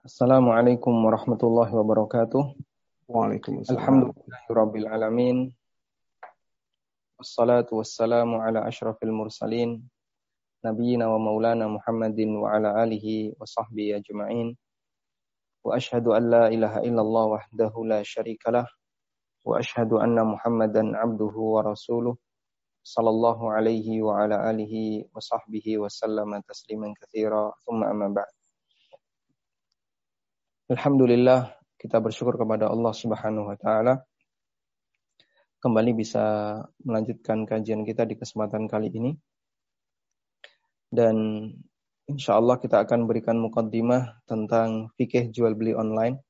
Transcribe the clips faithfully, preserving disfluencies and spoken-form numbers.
Assalamualaikum warahmatullahi wabarakatuh. Waalaikumsalam. Alhamdulillahirabbil alamin. Wassalatu wassalamu ala asyrafil mursalin nabiyyina wa maulana Muhammadin wa ala alihi wa sahbihi ajma'in. Wa asyhadu an la ilaha illallah wahdahu la syarikalah wa asyhadu anna Muhammadan abduhu wa rasuluh sallallahu alaihi wa ala alihi wa sahbihi wa sallama tasliman katsira. Tsumma amma ba'd. Alhamdulillah, kita bersyukur kepada Allah Subhanahu wa taala kembali bisa melanjutkan kajian kita di kesempatan kali ini. Dan insyaallah kita akan berikan muqaddimah tentang fikih jual beli online,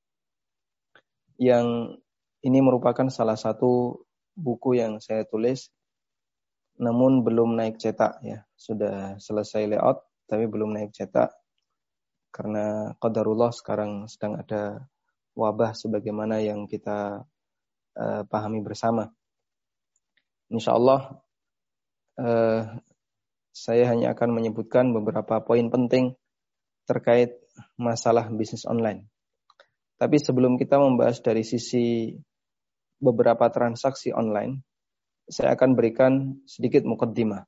yang ini merupakan salah satu buku yang saya tulis namun belum naik cetak ya. Sudah selesai layout tapi belum naik cetak karena qadarullah sekarang sedang ada wabah sebagaimana yang kita uh, pahami bersama. Insyaallah uh, saya hanya akan menyebutkan beberapa poin penting terkait masalah bisnis online. Tapi sebelum kita membahas dari sisi beberapa transaksi online, saya akan berikan sedikit muqaddimah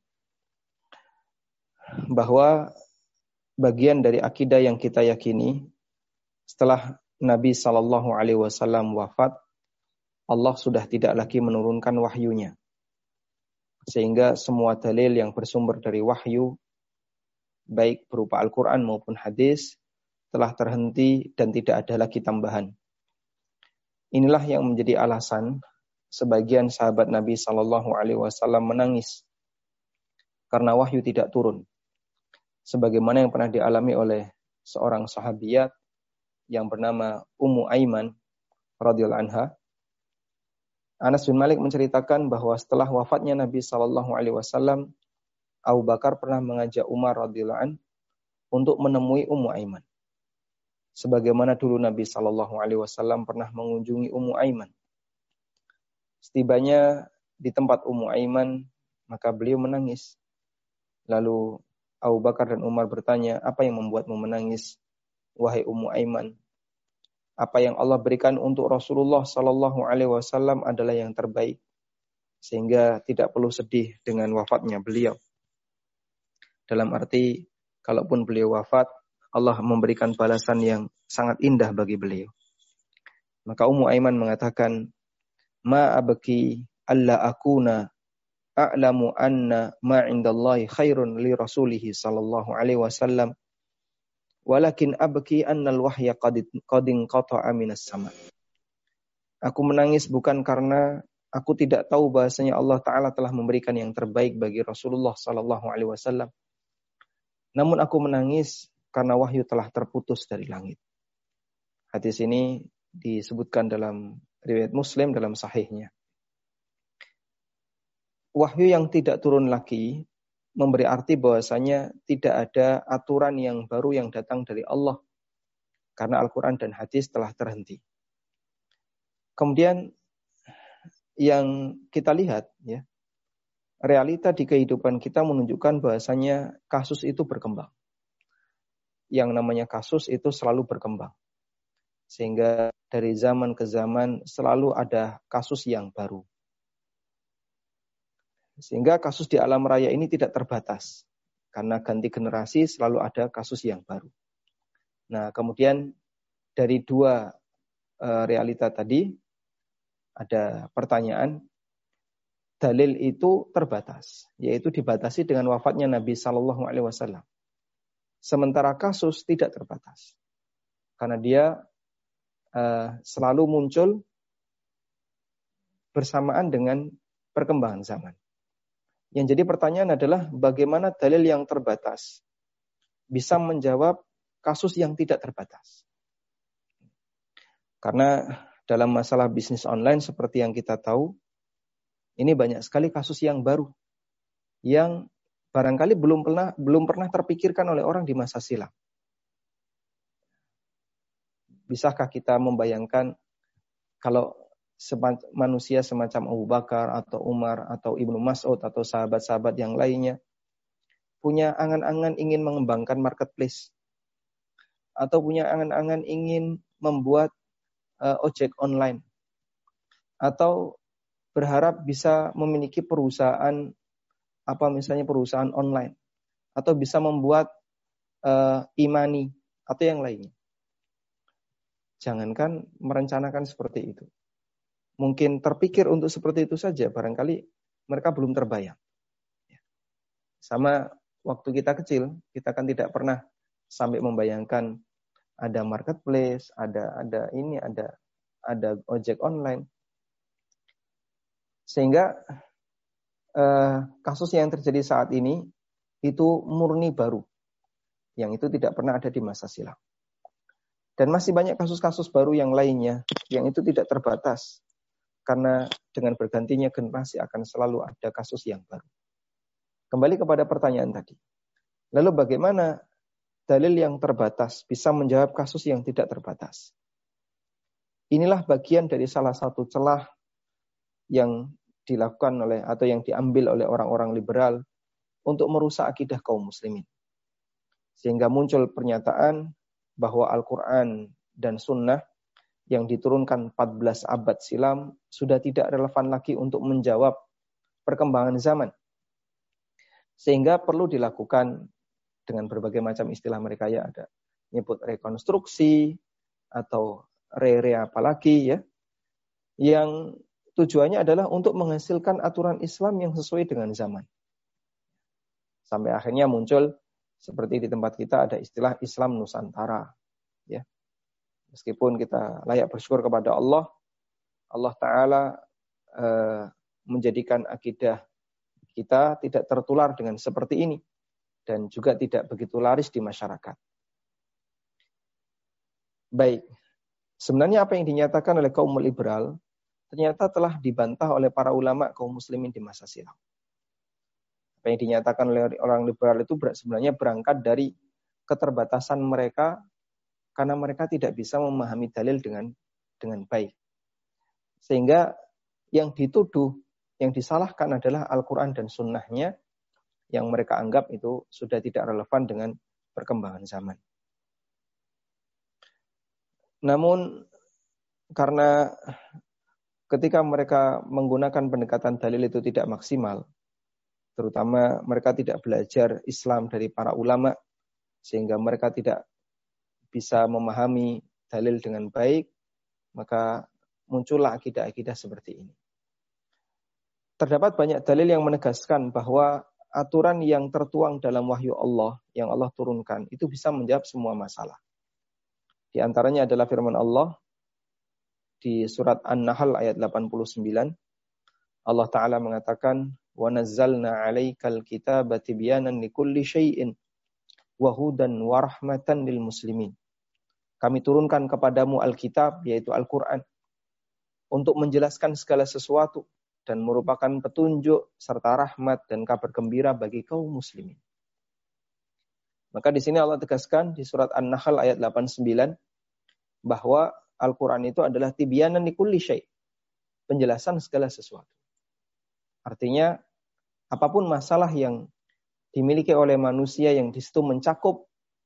bahwa bagian dari akidah yang kita yakini, setelah Nabi sallallahu alaihi wasallam wafat, Allah sudah tidak lagi menurunkan wahyunya. Sehingga semua dalil yang bersumber dari wahyu, baik berupa Al-Quran maupun hadis, telah terhenti dan tidak ada lagi tambahan. Inilah yang menjadi alasan sebagian sahabat Nabi sallallahu alaihi wasallam menangis karena wahyu tidak turun. Sebagaimana yang pernah dialami oleh seorang sahabiyat yang bernama Ummu Aiman radhiyallahu anha. Anas bin Malik menceritakan bahwa setelah wafatnya Nabi sallallahu alaihi wasallam, Abu Bakar pernah mengajak Umar radhiyallahu anhu untuk menemui Ummu Aiman. Sebagaimana dulu Nabi sallallahu alaihi wasallam pernah mengunjungi Ummu Aiman. Setibanya di tempat Ummu Aiman, maka beliau menangis. Lalu Abu Bakar dan Umar bertanya, apa yang membuatmu menangis, wahai Ummu Aiman? Apa yang Allah berikan untuk Rasulullah sallallahu alaihi wasallam adalah yang terbaik, sehingga tidak perlu sedih dengan wafatnya beliau. Dalam arti, kalaupun beliau wafat, Allah memberikan balasan yang sangat indah bagi beliau. Maka Ummu Aiman mengatakan, ma abki alla akuna a'lamu anna ma 'indallahi khairun li rasulihi sallallahu alaihi wasallam walakin abki annal wahya qad qad inqata'a minas sama. Aku menangis bukan karena aku tidak tahu bahasanya Allah taala telah memberikan yang terbaik bagi Rasulullah sallallahu alaihi wasallam. Namun aku menangis karena wahyu telah terputus dari langit. Hadis ini disebutkan dalam riwayat Muslim dalam sahihnya. Wahyu yang tidak turun lagi memberi arti bahwasanya tidak ada aturan yang baru yang datang dari Allah karena Al-Quran dan hadis telah terhenti. Kemudian yang kita lihat ya, realita di kehidupan kita menunjukkan bahwasanya kasus itu berkembang. Yang namanya kasus itu selalu berkembang. Sehingga dari zaman ke zaman selalu ada kasus yang baru. Sehingga kasus di alam raya ini tidak terbatas. Karena ganti generasi selalu ada kasus yang baru. Nah, kemudian dari dua e, realita tadi, ada pertanyaan, dalil itu terbatas. Yaitu dibatasi dengan wafatnya Nabi sallallahu alaihi wasallam. Sementara kasus tidak terbatas. Karena dia e, selalu muncul bersamaan dengan perkembangan zaman. Yang jadi pertanyaan adalah bagaimana dalil yang terbatas bisa menjawab kasus yang tidak terbatas. Karena dalam masalah bisnis online seperti yang kita tahu, ini banyak sekali kasus yang baru yang barangkali belum pernah belum pernah terpikirkan oleh orang di masa silam. Bisakah kita membayangkan kalau manusia semacam Abu Bakar atau Umar atau Ibnu Mas'ud atau sahabat-sahabat yang lainnya punya angan-angan ingin mengembangkan marketplace atau punya angan-angan ingin membuat uh, ojek online, atau berharap bisa memiliki perusahaan, apa misalnya perusahaan online, atau bisa membuat uh, imani atau yang lainnya. Jangankan merencanakan seperti itu. Mungkin terpikir untuk seperti itu saja, barangkali mereka belum terbayang. Sama waktu kita kecil, kita kan tidak pernah sampai membayangkan ada marketplace, ada ada ini, ada ada ojek online. Sehingga eh, kasus yang terjadi saat ini itu murni baru, yang itu tidak pernah ada di masa silam. Dan masih banyak kasus-kasus baru yang lainnya, yang itu tidak terbatas. Karena dengan bergantinya generasi akan selalu ada kasus yang baru. Kembali kepada pertanyaan tadi. Lalu bagaimana dalil yang terbatas bisa menjawab kasus yang tidak terbatas? Inilah bagian dari salah satu celah yang dilakukan oleh atau yang diambil oleh orang-orang liberal untuk merusak akidah kaum muslimin. Sehingga muncul pernyataan bahwa Al-Quran dan Sunnah yang diturunkan empat belas abad silam sudah tidak relevan lagi untuk menjawab perkembangan zaman. Sehingga perlu dilakukan dengan berbagai macam istilah mereka, ya, ada nyebut rekonstruksi atau re-re apalagi, ya, yang tujuannya adalah untuk menghasilkan aturan Islam yang sesuai dengan zaman. Sampai akhirnya muncul seperti di tempat kita ada istilah Islam Nusantara, ya. Meskipun kita layak bersyukur kepada Allah, Allah Ta'ala eh, menjadikan akidah kita tidak tertular dengan seperti ini dan juga tidak begitu laris di masyarakat. Baik, sebenarnya apa yang dinyatakan oleh kaum liberal ternyata telah dibantah oleh para ulama kaum muslimin di masa silam. Apa yang dinyatakan oleh orang liberal itu sebenarnya berangkat dari keterbatasan mereka karena mereka tidak bisa memahami dalil dengan dengan baik. Sehingga yang dituduh, yang disalahkan adalah Al-Quran dan Sunnahnya yang mereka anggap itu sudah tidak relevan dengan perkembangan zaman. Namun karena ketika mereka menggunakan pendekatan dalil itu tidak maksimal, terutama mereka tidak belajar Islam dari para ulama, sehingga mereka tidak bisa memahami dalil dengan baik, maka muncullah akidah-akidah seperti ini. Terdapat banyak dalil yang menegaskan bahwa aturan yang tertuang dalam wahyu Allah, yang Allah turunkan, itu bisa menjawab semua masalah. Di antaranya adalah firman Allah di surat An-Nahl ayat delapan puluh sembilan. Allah Ta'ala mengatakan, وَنَزَّلْنَا عَلَيْكَ الْكِتَابَ تِبْيَانًا لِكُلِّ شَيْءٍ وَهُدًى وَرَحْمَةً لِلْمُسْلِمِينَ. Kami turunkan kepadamu Alkitab, yaitu Al-Quran, untuk menjelaskan segala sesuatu dan merupakan petunjuk serta rahmat dan kabar gembira bagi kaum muslimin. Maka di sini Allah tegaskan di surat An-Nahl ayat delapan puluh sembilan bahwa Al-Quran itu adalah tibyanan likulli syai', penjelasan segala sesuatu. Artinya apapun masalah yang dimiliki oleh manusia yang di situ mencakup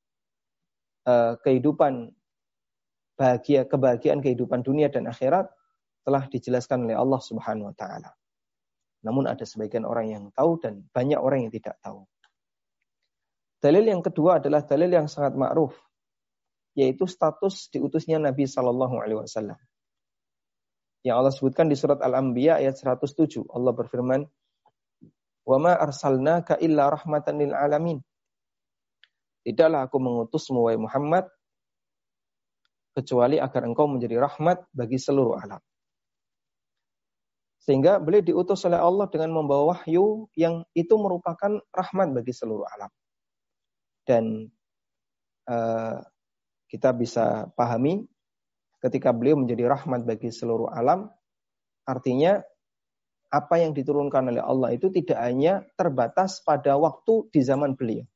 uh, kehidupan bahagia, kebahagiaan kehidupan dunia dan akhirat telah dijelaskan oleh Allah Subhanahu wa taala. Namun ada sebagian orang yang tahu dan banyak orang yang tidak tahu. Dalil yang kedua adalah dalil yang sangat ma'ruf, yaitu status diutusnya Nabi sallallahu alaihi wasallam. Yang Allah sebutkan di surat Al-Anbiya ayat seratus tujuh. Allah berfirman, "Wa ma arsalnaka illa rahmatan lil alamin." Tidaklah aku mengutusmu wahai Muhammad kecuali agar engkau menjadi rahmat bagi seluruh alam. Sehingga beliau diutus oleh Allah dengan membawa wahyu yang itu merupakan rahmat bagi seluruh alam. Dan uh, kita bisa pahami ketika beliau menjadi rahmat bagi seluruh alam, artinya apa yang diturunkan oleh Allah itu tidak hanya terbatas pada waktu di zaman beliau.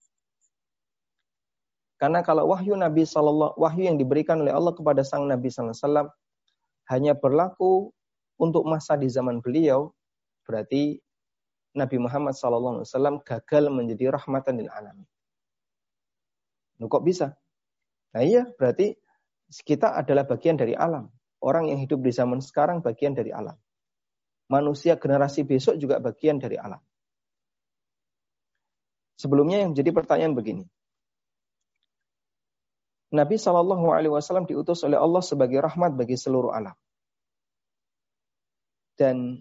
Karena kalau wahyu Nabi sallallahu wahyu yang diberikan oleh Allah kepada sang Nabi sallallahu alaihi wasallam hanya berlaku untuk masa di zaman beliau, berarti Nabi Muhammad sallallahu alaihi wasallam gagal menjadi rahmatan lil alamin. Loh, kok bisa? Nah iya, berarti kita adalah bagian dari alam. Orang yang hidup di zaman sekarang bagian dari alam. Manusia generasi besok juga bagian dari alam. Sebelumnya yang menjadi pertanyaan begini. Nabi shallallahu alaihi wasallam diutus oleh Allah sebagai rahmat bagi seluruh alam. Dan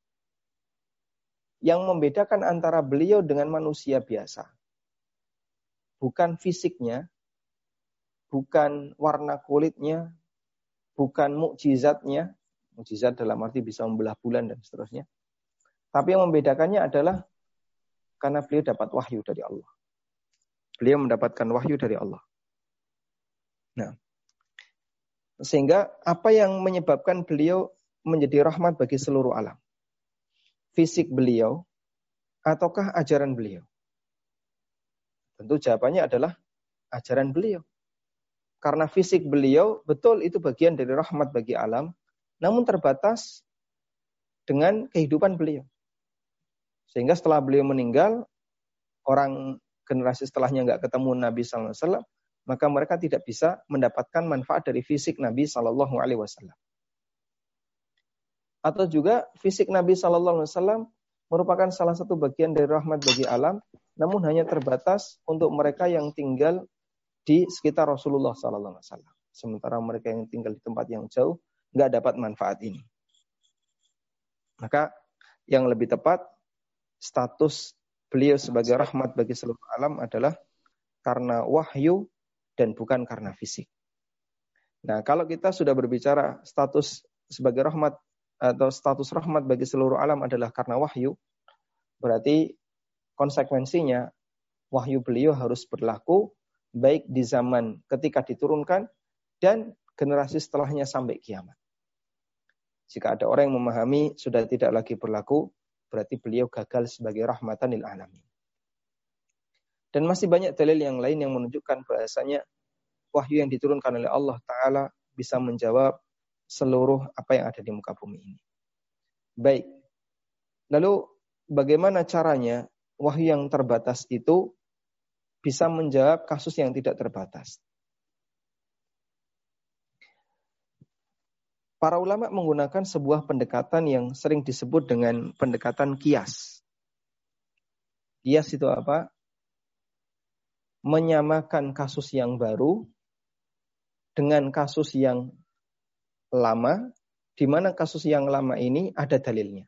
yang membedakan antara beliau dengan manusia biasa, bukan fisiknya, bukan warna kulitnya, bukan mukjizatnya, mukjizat dalam arti bisa membelah bulan dan seterusnya. Tapi yang membedakannya adalah karena beliau dapat wahyu dari Allah. Beliau mendapatkan wahyu dari Allah. Nah, sehingga apa yang menyebabkan beliau menjadi rahmat bagi seluruh alam? Fisik beliau ataukah ajaran beliau? Tentu jawabannya adalah ajaran beliau. Karena fisik beliau betul itu bagian dari rahmat bagi alam, namun terbatas dengan kehidupan beliau. Sehingga setelah beliau meninggal, orang generasi setelahnya nggak ketemu Nabi sallallahu alaihi wasallam, maka mereka tidak bisa mendapatkan manfaat dari fisik Nabi sallallahu alaihi wasallam. Atau juga fisik Nabi sallallahu alaihi wasallam merupakan salah satu bagian dari rahmat bagi alam, namun hanya terbatas untuk mereka yang tinggal di sekitar Rasulullah sallallahu alaihi wasallam. Sementara mereka yang tinggal di tempat yang jauh nggak dapat manfaat ini. Maka yang lebih tepat status beliau sebagai rahmat bagi seluruh alam adalah karena wahyu dan bukan karena fisik. Nah, kalau kita sudah berbicara status sebagai rahmat atau status rahmat bagi seluruh alam adalah karena wahyu, berarti konsekuensinya wahyu beliau harus berlaku baik di zaman ketika diturunkan dan generasi setelahnya sampai kiamat. Jika ada orang yang memahami sudah tidak lagi berlaku, berarti beliau gagal sebagai rahmatan lil alamin. Dan masih banyak dalil yang lain yang menunjukkan bahasanya wahyu yang diturunkan oleh Allah Ta'ala bisa menjawab seluruh apa yang ada di muka bumi ini. Baik. Lalu bagaimana caranya wahyu yang terbatas itu bisa menjawab kasus yang tidak terbatas? Para ulama menggunakan sebuah pendekatan yang sering disebut dengan pendekatan kias. Kias itu apa? Menyamakan kasus yang baru dengan kasus yang lama, di mana kasus yang lama ini ada dalilnya.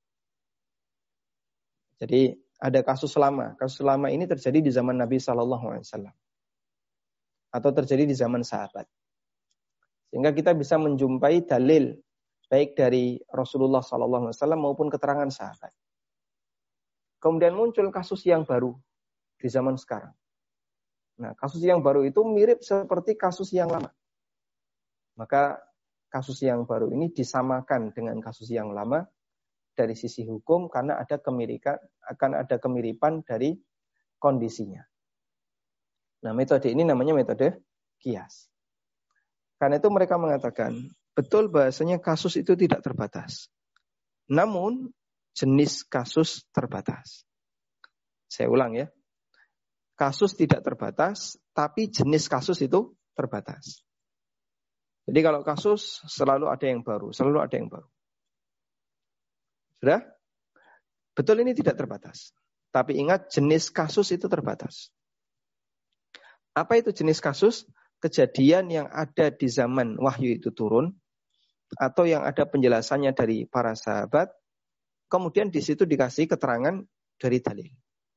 Jadi ada kasus lama. Kasus lama ini terjadi di zaman Nabi shallallahu alaihi wasallam. Atau terjadi di zaman sahabat. Sehingga kita bisa menjumpai dalil baik dari Rasulullah shallallahu alaihi wasallam maupun keterangan sahabat. Kemudian muncul kasus yang baru di zaman sekarang. Nah, kasus yang baru itu mirip seperti kasus yang lama. Maka kasus yang baru ini disamakan dengan kasus yang lama dari sisi hukum karena ada kemiripan, akan ada kemiripan dari kondisinya. Nah, metode ini namanya metode kias. Karena itu mereka mengatakan, betul bahasanya kasus itu tidak terbatas. Namun, jenis kasus terbatas. Saya ulang ya. Kasus tidak terbatas, tapi jenis kasus itu terbatas. Jadi kalau kasus selalu ada yang baru, selalu ada yang baru. Sudah? Betul ini tidak terbatas. Tapi ingat jenis kasus itu terbatas. Apa itu jenis kasus? Kejadian yang ada di zaman wahyu itu turun, atau yang ada penjelasannya dari para sahabat, kemudian di situ dikasih keterangan dari dalil.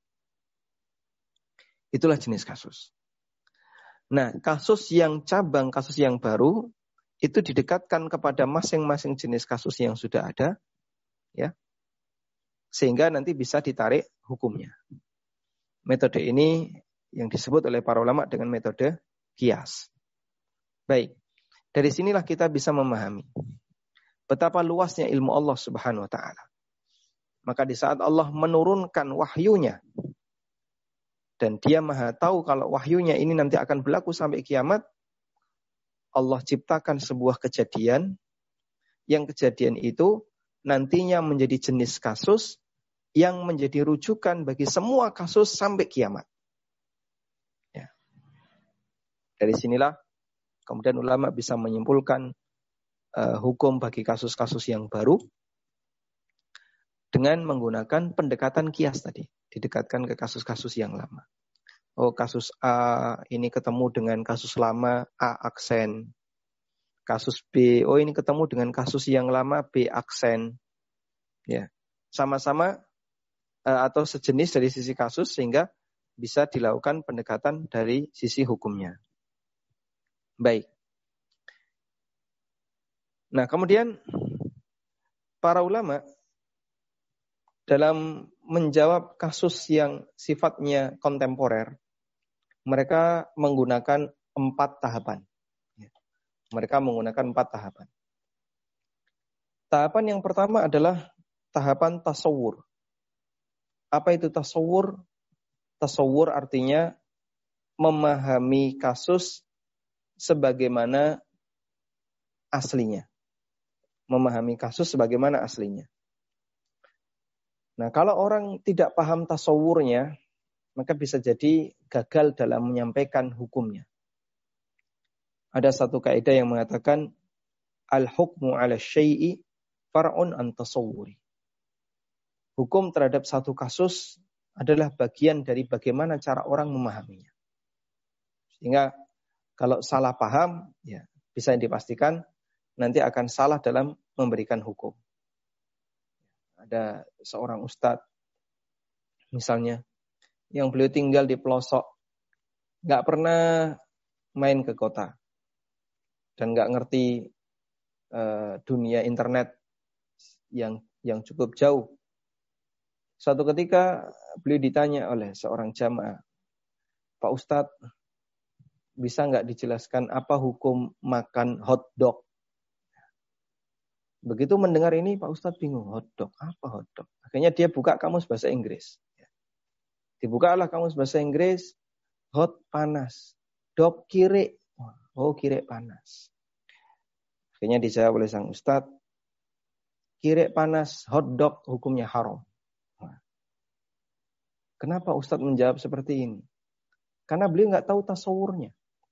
Itulah jenis kasus. Nah, kasus yang cabang, kasus yang baru, itu didekatkan kepada masing-masing jenis kasus yang sudah ada, ya, sehingga nanti bisa ditarik hukumnya. Metode ini yang disebut oleh para ulama dengan metode kias. Baik, dari sinilah kita bisa memahami betapa luasnya ilmu Allah Subhanahu wa taala. Maka di saat Allah menurunkan wahyunya dan dia maha tahu kalau wahyunya ini nanti akan berlaku sampai kiamat, Allah ciptakan sebuah kejadian yang kejadian itu nantinya menjadi jenis kasus yang menjadi rujukan bagi semua kasus sampai kiamat. Ya. Dari sinilah kemudian ulama bisa menyimpulkan uh, hukum bagi kasus-kasus yang baru dengan menggunakan pendekatan kias tadi, didekatkan ke kasus-kasus yang lama. Oh, kasus A ini ketemu dengan kasus lama, A aksen. Kasus B, oh ini ketemu dengan kasus yang lama, B aksen. Ya, sama-sama uh, atau sejenis dari sisi kasus sehingga bisa dilakukan pendekatan dari sisi hukumnya. Baik. Nah, kemudian para ulama dalam menjawab kasus yang sifatnya kontemporer, mereka menggunakan empat tahapan. Mereka menggunakan empat tahapan. Tahapan yang pertama adalah tahapan tasawur. Apa itu tasawur? Tasawur artinya memahami kasus sebagaimana aslinya. Memahami kasus sebagaimana aslinya. Nah, kalau orang tidak paham tasawurnya, maka bisa jadi gagal dalam menyampaikan hukumnya. Ada satu kaidah yang mengatakan al-hukmu 'ala syai'i far'un an tasawwuri. Hukum terhadap satu kasus adalah bagian dari bagaimana cara orang memahaminya. Sehingga kalau salah paham, ya bisa dipastikan nanti akan salah dalam memberikan hukum. Ada seorang ustadz, misalnya, yang beliau tinggal di pelosok, nggak pernah main ke kota, dan nggak ngerti uh, dunia internet yang yang cukup jauh. Suatu ketika beliau ditanya oleh seorang jamaah, Pak Ustadz, bisa nggak dijelaskan apa hukum makan hotdog? Begitu mendengar ini, Pak Ustadz bingung, hotdog, apa hotdog? Akhirnya dia buka kamus bahasa Inggris. Dibukalah kamus bahasa Inggris, hot panas, dog kire, oh kire panas. Akhirnya dijawab oleh sang Ustadz, kire panas, hotdog hukumnya haram. Kenapa Ustadz menjawab seperti ini? Karena beliau nggak tahu tasawurnya.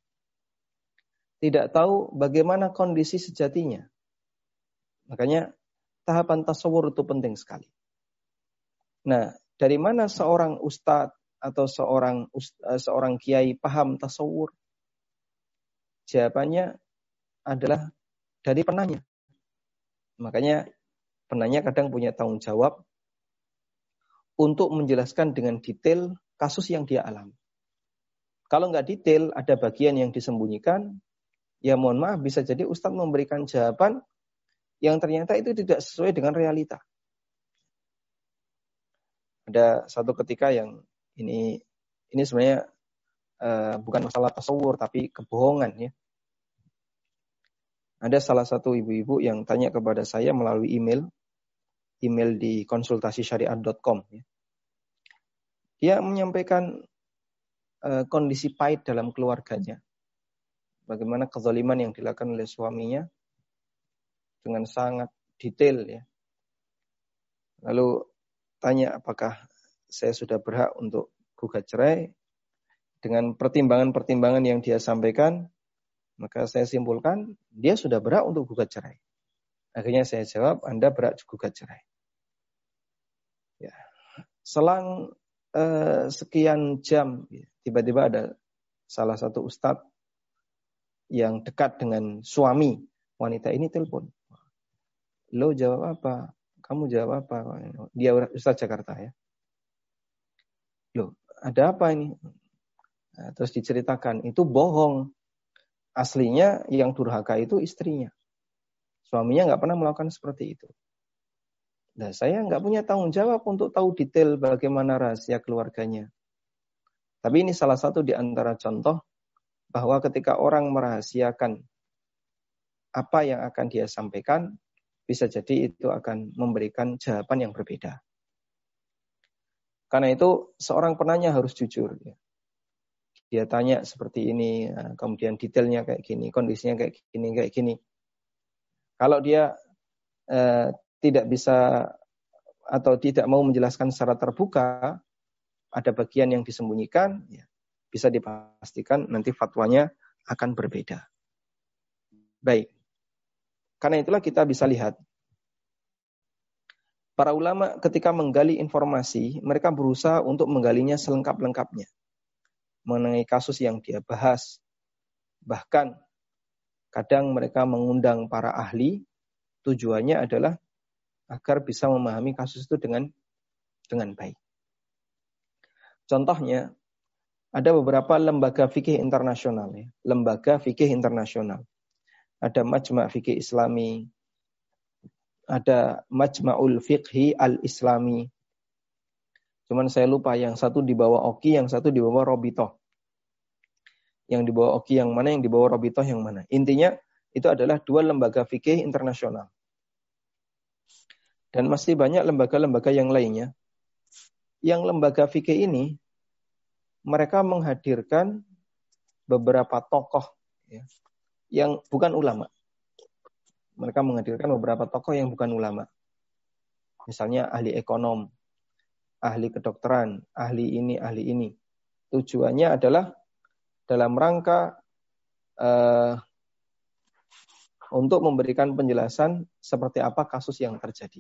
Tidak tahu bagaimana kondisi sejatinya. Makanya tahapan tasawur itu penting sekali. Nah, dari mana seorang ustadz atau seorang uh, seorang kiai paham tasawur? Jawabannya adalah dari penanya. Makanya penanya kadang punya tanggung jawab untuk menjelaskan dengan detail kasus yang dia alami. Kalau nggak detail, ada bagian yang disembunyikan, ya mohon maaf bisa jadi ustadz memberikan jawaban yang ternyata itu tidak sesuai dengan realita. Ada satu ketika yang ini ini sebenarnya uh, bukan masalah tasawur tapi kebohongan ya. Ada salah satu ibu-ibu yang tanya kepada saya melalui email, email di konsultasi syariat dot com ya. Dia menyampaikan uh, kondisi pahit dalam keluarganya. Bagaimana kezaliman yang dilakukan oleh suaminya dengan sangat detail ya. Lalu tanya apakah saya sudah berhak untuk gugat cerai. Dengan pertimbangan-pertimbangan yang dia sampaikan, maka saya simpulkan dia sudah berhak untuk gugat cerai. Akhirnya saya jawab, Anda berhak gugat cerai. Ya. Selang eh, sekian jam, ya, tiba-tiba ada salah satu ustadz yang dekat dengan suami wanita ini telepon. Lo jawab apa? Kamu jawab apa? Dia Ustadz Jakarta ya. Loh, ada apa ini? Nah, terus diceritakan, itu bohong. Aslinya yang durhaka itu istrinya. Suaminya nggak pernah melakukan seperti itu. Nah, saya nggak punya tanggung jawab untuk tahu detail bagaimana rahasia keluarganya. Tapi ini salah satu di antara contoh bahwa ketika orang merahasiakan apa yang akan dia sampaikan, bisa jadi itu akan memberikan jawaban yang berbeda. Karena itu seorang penanya harus jujur. Dia tanya seperti ini, kemudian detailnya kayak gini, kondisinya kayak gini, kayak gini. Kalau dia eh, tidak bisa atau tidak mau menjelaskan secara terbuka, ada bagian yang disembunyikan, ya, bisa dipastikan nanti fatwanya akan berbeda. Baik. Karena itulah kita bisa lihat para ulama ketika menggali informasi, mereka berusaha untuk menggalinya selengkap-lengkapnya mengenai kasus yang dia bahas. Bahkan kadang mereka mengundang para ahli, tujuannya adalah agar bisa memahami kasus itu dengan dengan baik. Contohnya, ada beberapa lembaga fikih internasional, ya. lembaga fikih internasional. Ada Majma' Fikih Islami, ada Majma'ul Fiqhi Al-Islami. Cuman saya lupa, yang satu di bawah O K I, yang satu di bawah Robitoh. Yang di bawah O K I yang mana, yang di bawah Robitoh yang mana. Intinya, itu adalah dua lembaga fikih internasional. Dan masih banyak lembaga-lembaga yang lainnya. Yang lembaga fikih ini, mereka menghadirkan beberapa tokoh ya, yang bukan ulama. Mereka menghadirkan beberapa tokoh yang bukan ulama. Misalnya ahli ekonom, ahli kedokteran, ahli ini, ahli ini. Tujuannya adalah dalam rangka uh, untuk memberikan penjelasan seperti apa kasus yang terjadi.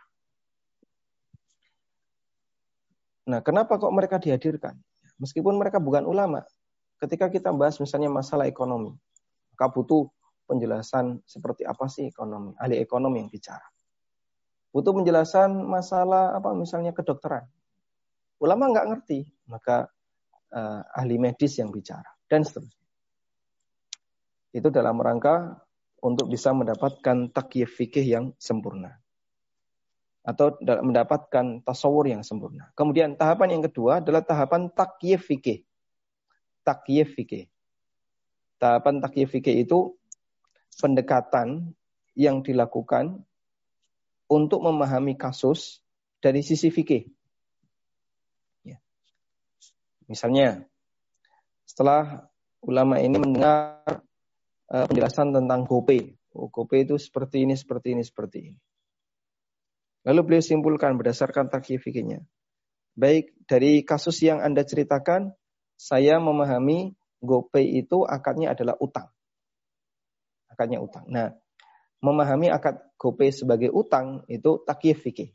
Nah, kenapa kok mereka dihadirkan? Meskipun mereka bukan ulama, ketika kita bahas misalnya masalah ekonomi, maka butuh penjelasan seperti apa sih ekonomi, ahli ekonomi yang bicara. Butuh penjelasan masalah apa misalnya kedokteran. Ulama nggak ngerti, maka uh, ahli medis yang bicara dan seterusnya. Itu dalam rangka untuk bisa mendapatkan takyif fikih yang sempurna atau mendapatkan tasawur yang sempurna. Kemudian tahapan yang kedua adalah tahapan takyif fikih. Takyif fikih. Tahapan takyif fikih itu pendekatan yang dilakukan untuk memahami kasus dari sisi fikih. Ya. Misalnya, setelah ulama ini mendengar uh, penjelasan tentang GoPay. Oh, GoPay itu seperti ini, seperti ini, seperti ini. Lalu beliau simpulkan berdasarkan takyif fikihnya. Baik, dari kasus yang Anda ceritakan, saya memahami GoPay itu akadnya adalah utang. Akadnya utang. Nah, memahami akad GoPay sebagai utang itu takyif fikih.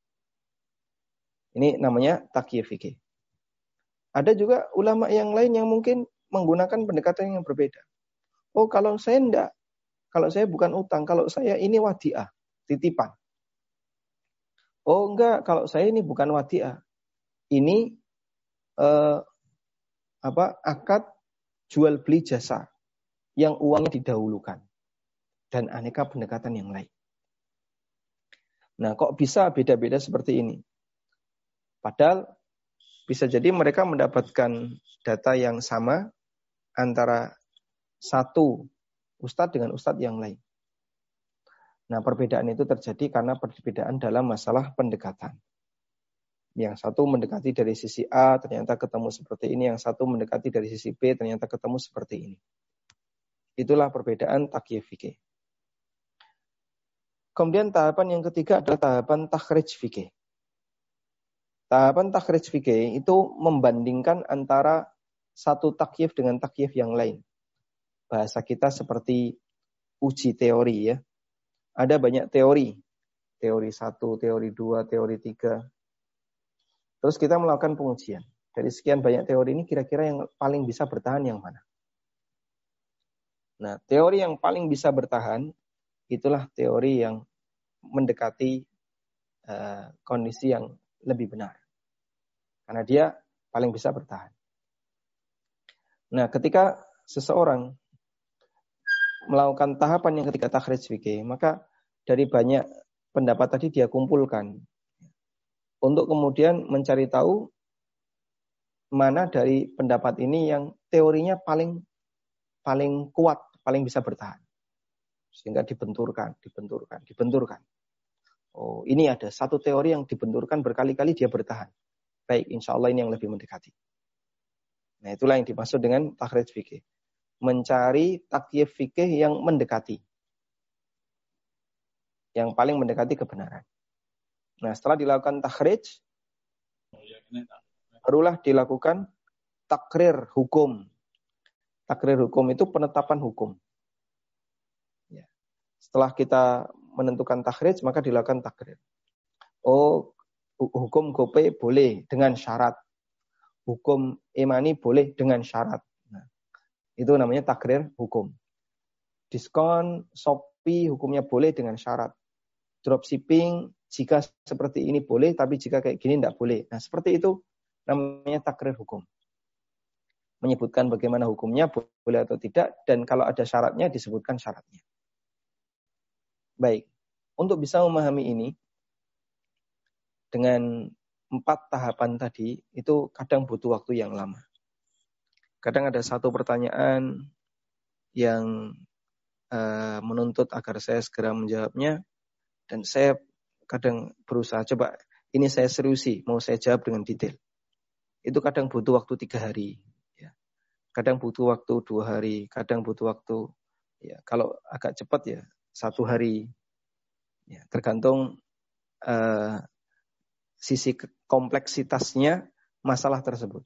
Ini namanya takyif fikih. Ada juga ulama yang lain yang mungkin menggunakan pendekatan yang berbeda. Oh, kalau saya enggak, kalau saya bukan utang, kalau saya ini wadiah, titipan. Oh, enggak, kalau saya ini bukan wadiah. Ini eh, apa? Akad jual beli jasa yang uangnya didahulukan. Dan aneka pendekatan yang lain. Nah, kok bisa beda-beda seperti ini? Padahal bisa jadi mereka mendapatkan data yang sama antara satu ustadz dengan ustadz yang lain. Nah, perbedaan itu terjadi karena perbedaan dalam masalah pendekatan. Yang satu mendekati dari sisi A, ternyata ketemu seperti ini. Yang satu mendekati dari sisi B, ternyata ketemu seperti ini. Itulah perbedaan takyif fikih. Kemudian tahapan yang ketiga adalah tahapan takhrij fikih. Tahapan takhrij fikih itu membandingkan antara satu takyif dengan takyif yang lain. Bahasa kita seperti uji teori ya. Ada banyak teori. Teori satu, teori dua, teori tiga. Terus kita melakukan pengujian. Dari sekian banyak teori ini kira-kira yang paling bisa bertahan yang mana? Nah, teori yang paling bisa bertahan itulah teori yang mendekati uh, kondisi yang lebih benar. Karena dia paling bisa bertahan. Nah, ketika seseorang melakukan tahapan yang ketiga takhrij fikih, maka dari banyak pendapat tadi dia kumpulkan untuk kemudian mencari tahu mana dari pendapat ini yang teorinya paling paling kuat, paling bisa bertahan. Sehingga dibenturkan, dibenturkan, dibenturkan. Oh, ini ada satu teori yang dibenturkan berkali-kali dia bertahan. Baik, insya Allah ini yang lebih mendekati. Nah, itulah yang dimaksud dengan takhrij fikih. Mencari takyif fikih yang mendekati. Yang paling mendekati kebenaran. Nah, setelah dilakukan takhrij, barulah dilakukan takrir hukum. Takrir hukum itu penetapan hukum. Ya. Setelah kita menentukan takhrij, maka dilakukan takrir. Oh, hukum gope boleh dengan syarat. Hukum imani boleh dengan syarat. Nah, itu namanya takrir hukum. Diskon, Shopee hukumnya boleh dengan syarat. Dropshipping jika seperti ini boleh, tapi jika kayak gini tidak boleh. Nah, seperti itu namanya takrir hukum. Menyebutkan bagaimana hukumnya, boleh atau tidak, dan kalau ada syaratnya, disebutkan syaratnya. Baik, untuk bisa memahami ini, dengan empat tahapan tadi, itu kadang butuh waktu yang lama. Kadang ada satu pertanyaan yang uh, menuntut agar saya segera menjawabnya, dan saya kadang berusaha, coba ini saya seriusi, mau saya jawab dengan detail. Itu kadang butuh waktu tiga hari. Kadang butuh waktu dua hari, kadang butuh waktu, ya kalau agak cepat ya satu hari, ya, tergantung uh, sisi kompleksitasnya masalah tersebut.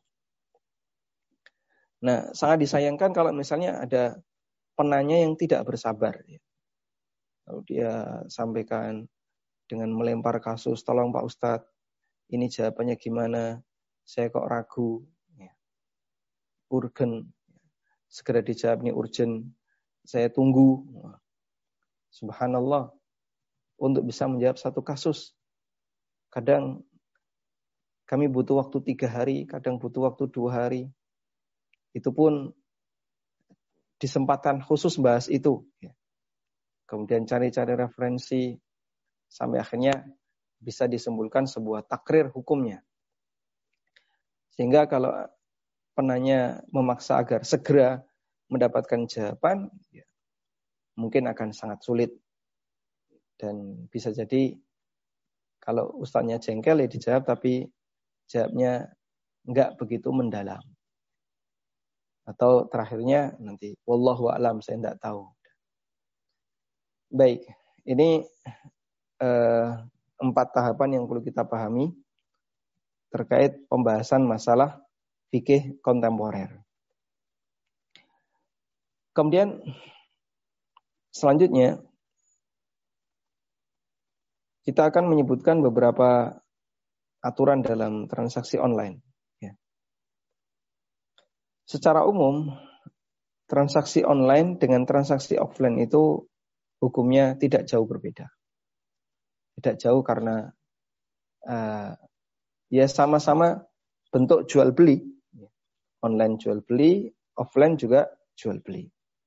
Nah, sangat disayangkan kalau misalnya ada penanya yang tidak bersabar. Ya. Lalu dia sampaikan dengan melempar kasus, tolong Pak Ustadz, ini jawabannya gimana, saya kok ragu. Urgen, segera dijawab, ini urgen, saya tunggu. Subhanallah, untuk bisa menjawab satu kasus, kadang kami butuh waktu tiga hari, kadang butuh waktu dua hari. Itu pun disempatkan khusus bahas itu. Kemudian cari-cari referensi, sampai akhirnya bisa disimpulkan sebuah takrir hukumnya. Sehingga kalau penanya memaksa agar segera mendapatkan jawaban, ya, mungkin akan sangat sulit. Dan bisa jadi kalau ustaznya jengkel ya dijawab, tapi jawabnya enggak begitu mendalam. Atau terakhirnya nanti, wallahu a'lam, saya enggak tahu. Baik, ini eh, empat tahapan yang perlu kita pahami terkait pembahasan masalah fikih kontemporer. Kemudian selanjutnya kita akan menyebutkan beberapa aturan dalam transaksi online. Ya. Secara umum, transaksi online dengan transaksi offline itu hukumnya tidak jauh berbeda. Tidak jauh karena uh, ya sama-sama bentuk jual beli. Online jual beli, offline juga jual beli.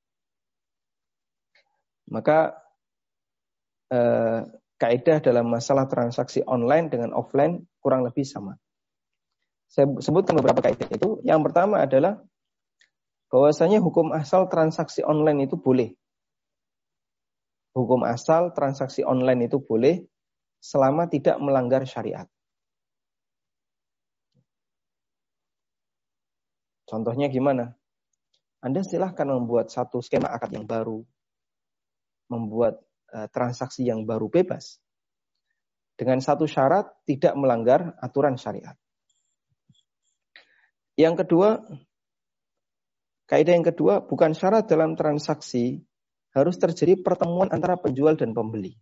Maka eh, kaidah dalam masalah transaksi online dengan offline kurang lebih sama. Saya sebutkan beberapa kaidah itu. Yang pertama adalah bahwasanya hukum asal transaksi online itu boleh. Hukum asal transaksi online itu boleh selama tidak melanggar syariat. Contohnya gimana? Anda silahkan membuat satu skema akad yang baru, membuat uh, transaksi yang baru bebas, dengan satu syarat tidak melanggar aturan syariat. Yang kedua, kaidah yang kedua, bukan syarat dalam transaksi harus terjadi pertemuan antara penjual dan pembeli.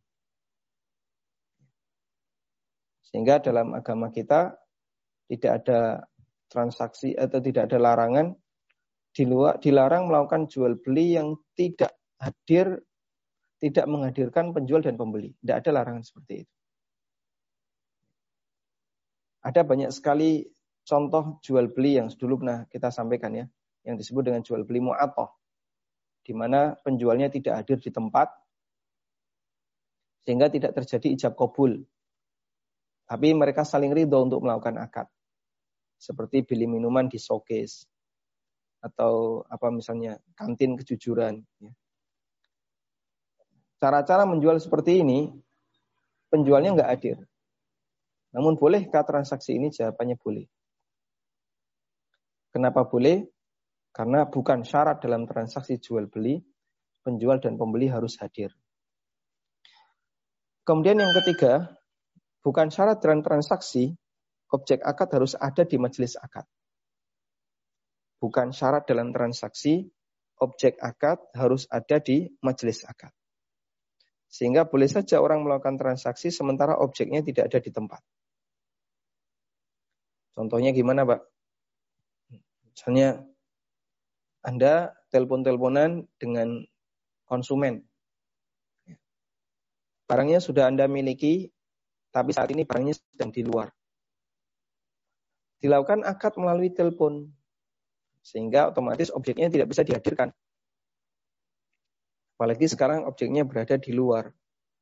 Sehingga dalam agama kita tidak ada transaksi atau tidak ada larangan di luar, dilarang melakukan jual beli yang tidak hadir, tidak menghadirkan penjual dan pembeli. Tidak ada larangan seperti itu. Ada banyak sekali contoh jual beli yang dulu pernah kita sampaikan ya, yang disebut dengan jual beli mu'atoh, di mana penjualnya tidak hadir di tempat sehingga tidak terjadi ijab kabul. Tapi mereka saling ridho untuk melakukan akad. Seperti beli minuman di showcase atau apa misalnya kantin kejujuran. Cara-cara menjual seperti ini, penjualnya nggak hadir. Namun bolehkah transaksi ini? Jawabannya boleh. Kenapa boleh? Karena bukan syarat dalam transaksi jual beli, penjual dan pembeli harus hadir. Kemudian yang ketiga, bukan syarat dalam transaksi objek akad harus ada di majelis akad. Bukan syarat dalam transaksi objek akad harus ada di majelis akad. Sehingga boleh saja orang melakukan transaksi sementara objeknya tidak ada di tempat. Contohnya gimana, Pak? Misalnya Anda telepon-teleponan dengan konsumen. Barangnya sudah Anda miliki, tapi saat ini barangnya sedang di luar. Dilakukan akad melalui telepon, sehingga otomatis objeknya tidak bisa dihadirkan. Apalagi sekarang objeknya berada di luar.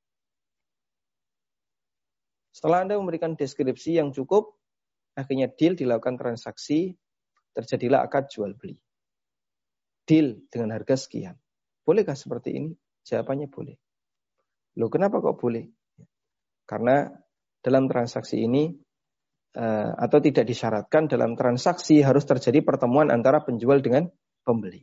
Setelah Anda memberikan deskripsi yang cukup, akhirnya deal, dilakukan transaksi, terjadilah akad jual beli. Deal dengan harga sekian. Bolehkah seperti ini? Jawabannya boleh. Loh, kenapa kok boleh? Karena dalam transaksi ini uh, atau tidak disyaratkan dalam transaksi harus terjadi pertemuan antara penjual dengan pembeli.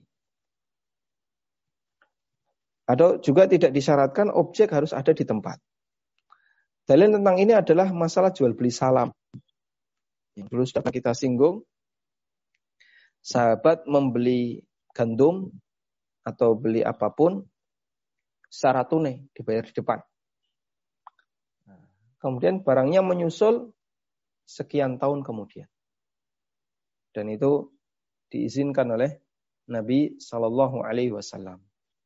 Atau juga tidak disyaratkan objek harus ada di tempat. Dalil tentang ini adalah masalah jual beli salam. Yang dulu sudah kita singgung. Sahabat membeli gandum atau beli apapun secara tunai, dibayar di depan. Kemudian barangnya menyusul sekian tahun kemudian. Dan itu diizinkan oleh Nabi shallallahu alaihi wasallam.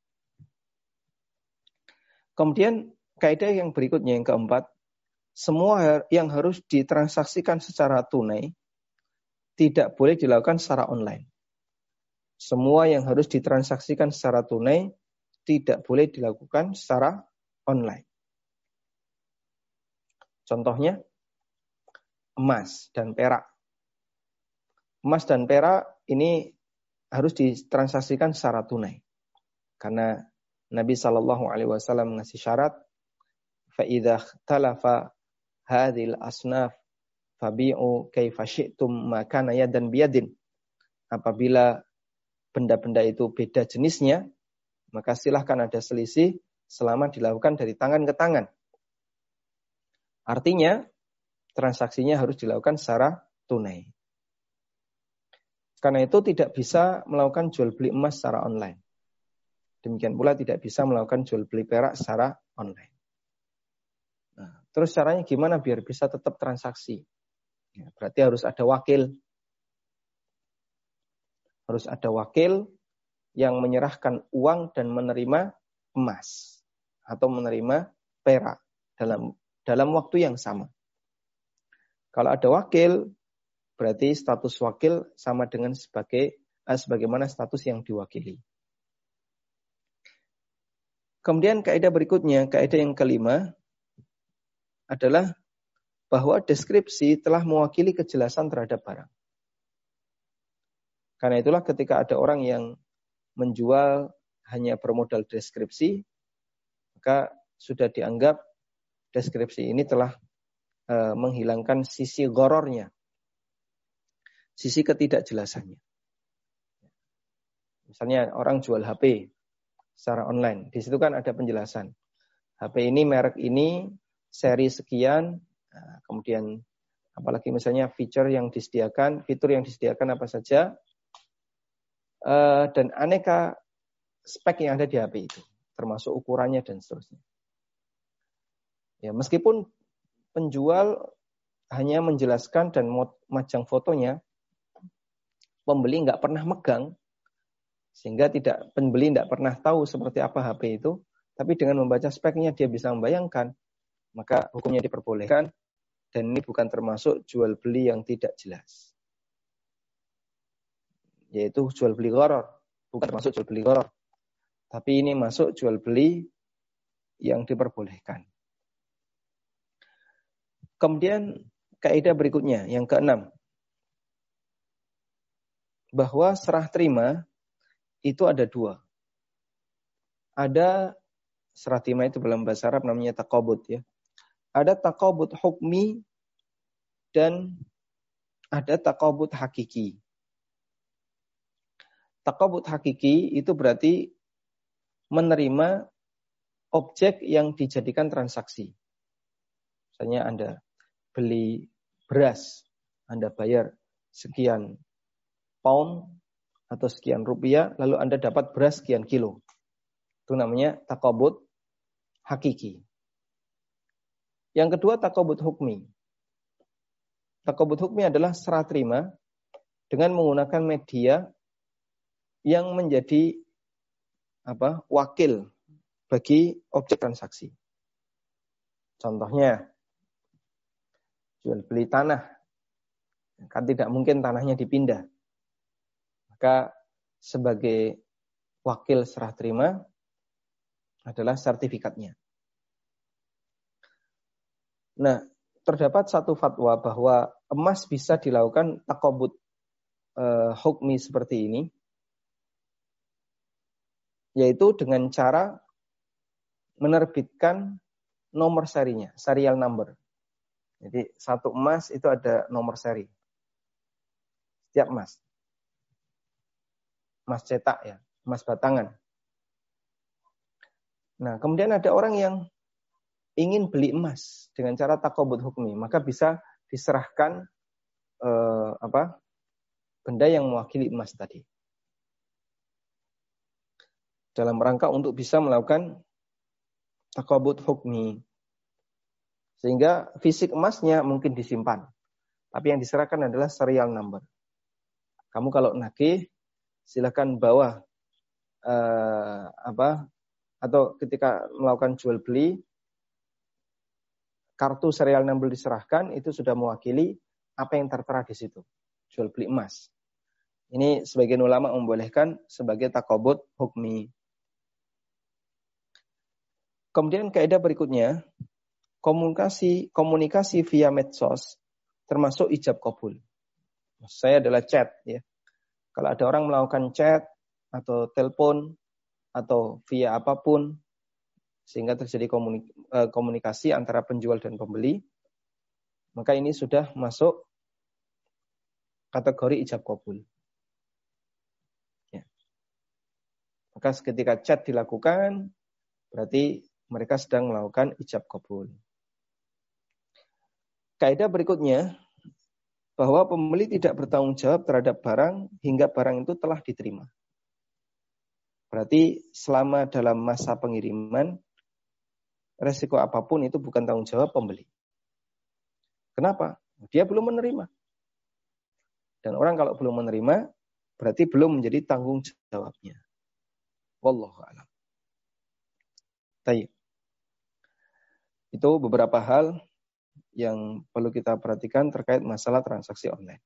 Kemudian kaidah yang berikutnya, yang keempat, semua yang harus ditransaksikan secara tunai tidak boleh dilakukan secara online. Semua yang harus ditransaksikan secara tunai tidak boleh dilakukan secara online. Contohnya, emas dan perak. Emas dan perak ini harus ditransaksikan secara tunai. Karena Nabi shallallahu alaihi wasallam mengasih syarat, فَإِذَا اخْتَلَفَ هَذِهِ الْأَصْنَافِ فَبِيعُوا كَيْفَ شِئْتُمْ مَا كَانَ يَدًا بِيَدٍ. Apabila benda-benda itu beda jenisnya, maka silahkan ada selisih selama dilakukan dari tangan ke tangan. Artinya, transaksinya harus dilakukan secara tunai. Karena itu tidak bisa melakukan jual beli emas secara online. Demikian pula tidak bisa melakukan jual beli perak secara online. Nah, terus caranya gimana biar bisa tetap transaksi? Ya, berarti harus ada wakil. Harus ada wakil yang menyerahkan uang dan menerima emas atau menerima perak dalam dalam waktu yang sama. Kalau ada wakil, berarti status wakil sama dengan sebagai eh, sebagaimana status yang diwakili. Kemudian kaidah berikutnya, kaidah yang kelima adalah bahwa deskripsi telah mewakili kejelasan terhadap barang. Karena itulah ketika ada orang yang menjual hanya bermodal deskripsi, maka sudah dianggap deskripsi ini telah e, menghilangkan sisi gorornya, sisi ketidakjelasannya. Misalnya orang jual H P secara online, di situ kan ada penjelasan. H P ini, merek ini, seri sekian, nah, kemudian apalagi misalnya fitur yang disediakan, fitur yang disediakan apa saja, uh, dan aneka spek yang ada di H P itu, termasuk ukurannya dan seterusnya. Ya, meskipun penjual hanya menjelaskan dan majang fotonya, pembeli nggak pernah megang, sehingga tidak pembeli tidak pernah tahu seperti apa H P itu, tapi dengan membaca speknya dia bisa membayangkan, maka hukumnya diperbolehkan, dan ini bukan termasuk jual beli yang tidak jelas. Yaitu jual beli gharar, bukan termasuk jual beli gharar. Tapi ini masuk jual beli yang diperbolehkan. Kemudian kaidah berikutnya, yang keenam, bahwa serah terima itu ada dua. Ada serah terima itu dalam bahasa Arab namanya taqabud ya. Ada taqabud hukmi dan ada taqabud hakiki. Taqabud hakiki itu berarti menerima objek yang dijadikan transaksi. Misalnya Anda beli beras, Anda bayar sekian pound, atau sekian rupiah, lalu Anda dapat beras sekian kilo. Itu namanya taqabud hakiki. Yang kedua, taqabud hukmi. Taqabud hukmi adalah serah terima dengan menggunakan media yang menjadi apa? Wakil bagi objek transaksi. Contohnya, jual beli tanah. Kan tidak mungkin tanahnya dipindah. Maka sebagai wakil serah terima adalah sertifikatnya. Nah, terdapat satu fatwa bahwa emas bisa dilakukan taqabud eh, hukmi seperti ini, yaitu dengan cara menerbitkan nomor serinya, serial number. Jadi satu emas itu ada nomor seri. Setiap emas. Emas cetak ya, emas batangan. Nah, kemudian ada orang yang ingin beli emas dengan cara taqabud hukmi, maka bisa diserahkan eh, apa? Benda yang mewakili emas tadi. Dalam rangka untuk bisa melakukan taqabud hukmi. Sehingga fisik emasnya mungkin disimpan, tapi yang diserahkan adalah serial number. Kamu kalau nagih, silakan bawa eh, apa atau ketika melakukan jual beli, kartu serial number diserahkan itu sudah mewakili apa yang tertera di situ. Jual beli emas. Ini sebagian ulama membolehkan sebagai taqabud hukmi. Kemudian kaidah berikutnya, komunikasi komunikasi via medsos termasuk ijab kabul. Saya adalah chat ya. Kalau ada orang melakukan chat atau telepon atau via apapun sehingga terjadi komunikasi antara penjual dan pembeli, maka ini sudah masuk kategori ijab kabul. Ya. Maka ketika chat dilakukan, berarti mereka sedang melakukan ijab kabul. Kaidah berikutnya, bahwa pembeli tidak bertanggung jawab terhadap barang hingga barang itu telah diterima. Berarti selama dalam masa pengiriman, resiko apapun itu bukan tanggung jawab pembeli. Kenapa? Dia belum menerima. Dan orang kalau belum menerima, berarti belum menjadi tanggung jawabnya. Wallahu a'lam. Baik. Itu beberapa hal yang perlu kita perhatikan terkait masalah transaksi online.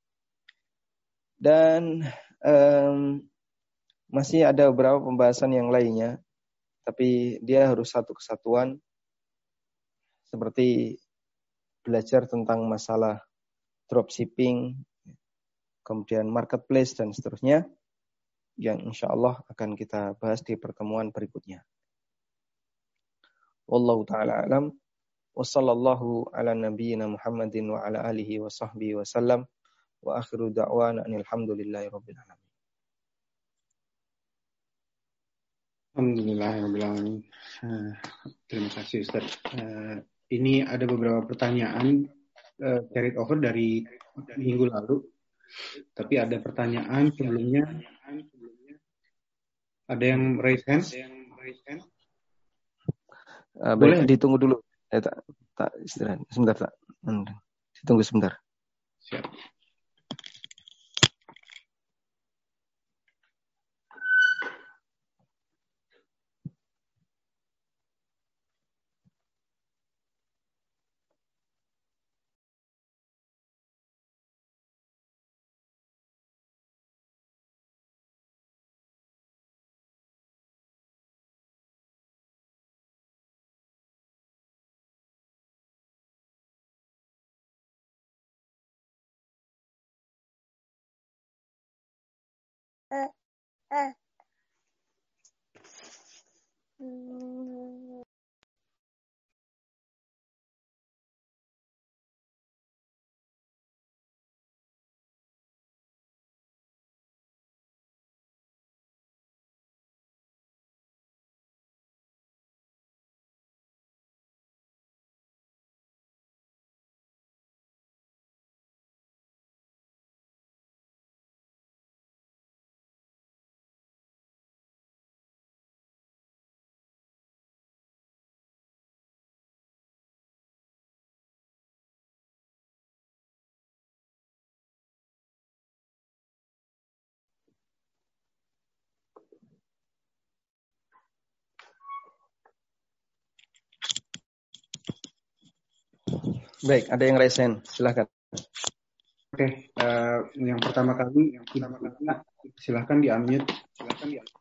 Dan um, masih ada beberapa pembahasan yang lainnya, tapi dia harus satu kesatuan, seperti belajar tentang masalah dropshipping, kemudian marketplace dan seterusnya, yang insya Allah akan kita bahas di pertemuan berikutnya. Wallahu ta'ala alam. Wa sallallahu ala nabiyyina Muhammadin wa ala alihi wa sahbihi wa sallam. Wa akhiru da'wana alhamdulillahi rabbil alamin. Alhamdulillahirabbil alamin. Uh, terima kasih Ustaz. Uh, ini ada beberapa pertanyaan uh, carried over dari minggu lalu. Tapi ada pertanyaan sebelumnya. Ada yang raise hand? Uh, baik, ditunggu dulu. Eh, tak, tak istirahat. Sebentar, tak. Ditunggu sebentar. Siap. Uh, uh. Hmm. Baik, ada yang raise hand. Silakan. Oke, okay. uh, yang pertama kali, yang pertama kali, silahkan di-unmute. Silahkan di-unmute.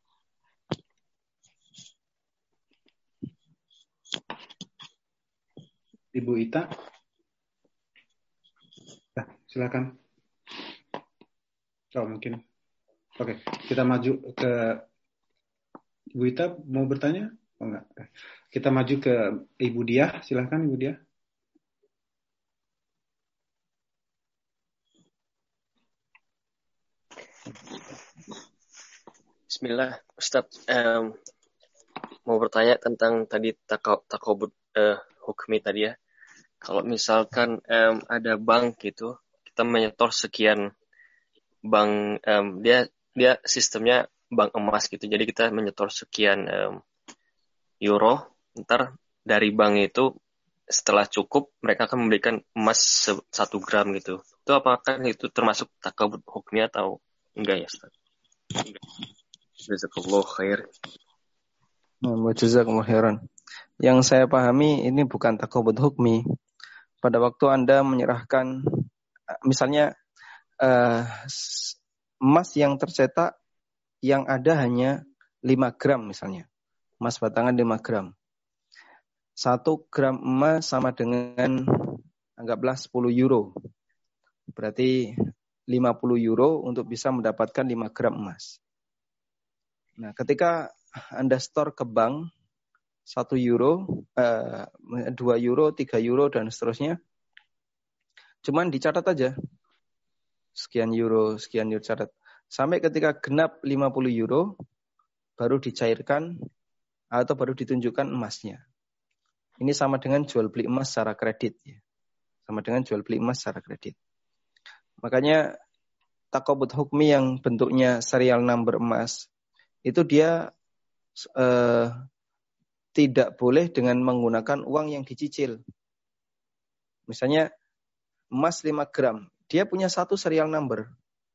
Ibu Ita. Nah, silakan. Oh, mungkin. Oke, okay. Kita maju ke Ibu Ita, mau bertanya? Oh, enggak. Kita maju ke Ibu Diah. Silakan, Ibu Diah. Bismillah, Ustadz, um, mau bertanya tentang tadi takobut uh, hukmi tadi ya. Kalau misalkan um, ada bank gitu, kita menyetor sekian bank, um, dia dia sistemnya bank emas gitu. Jadi kita menyetor sekian um, euro, ntar dari bank itu setelah cukup mereka akan memberikan emas satu gram gitu. Itu apakah itu termasuk takobut hukmi atau enggak ya, Ustadz? Enggak. Jazakallah khair. Jazakallah khairan. Yang saya pahami ini bukan takobut hukmi. Pada waktu Anda menyerahkan, misalnya uh, emas yang tercetak yang ada hanya lima gram misalnya. Emas batangan lima gram. satu gram emas sama dengan anggaplah sepuluh euro. Berarti lima puluh euro untuk bisa mendapatkan lima gram emas. Nah, ketika Anda store ke bank satu euro, eh, dua euro, tiga euro, dan seterusnya, cuman dicatat aja. Sekian euro, sekian euro catat. Sampai ketika genap lima puluh euro, baru dicairkan atau baru ditunjukkan emasnya. Ini sama dengan jual beli emas secara kredit. Ya. Sama dengan jual beli emas secara kredit. Makanya takobut hukmi yang bentuknya serial number emas, itu dia eh, tidak boleh dengan menggunakan uang yang dicicil. Misalnya emas lima gram, dia punya satu serial number.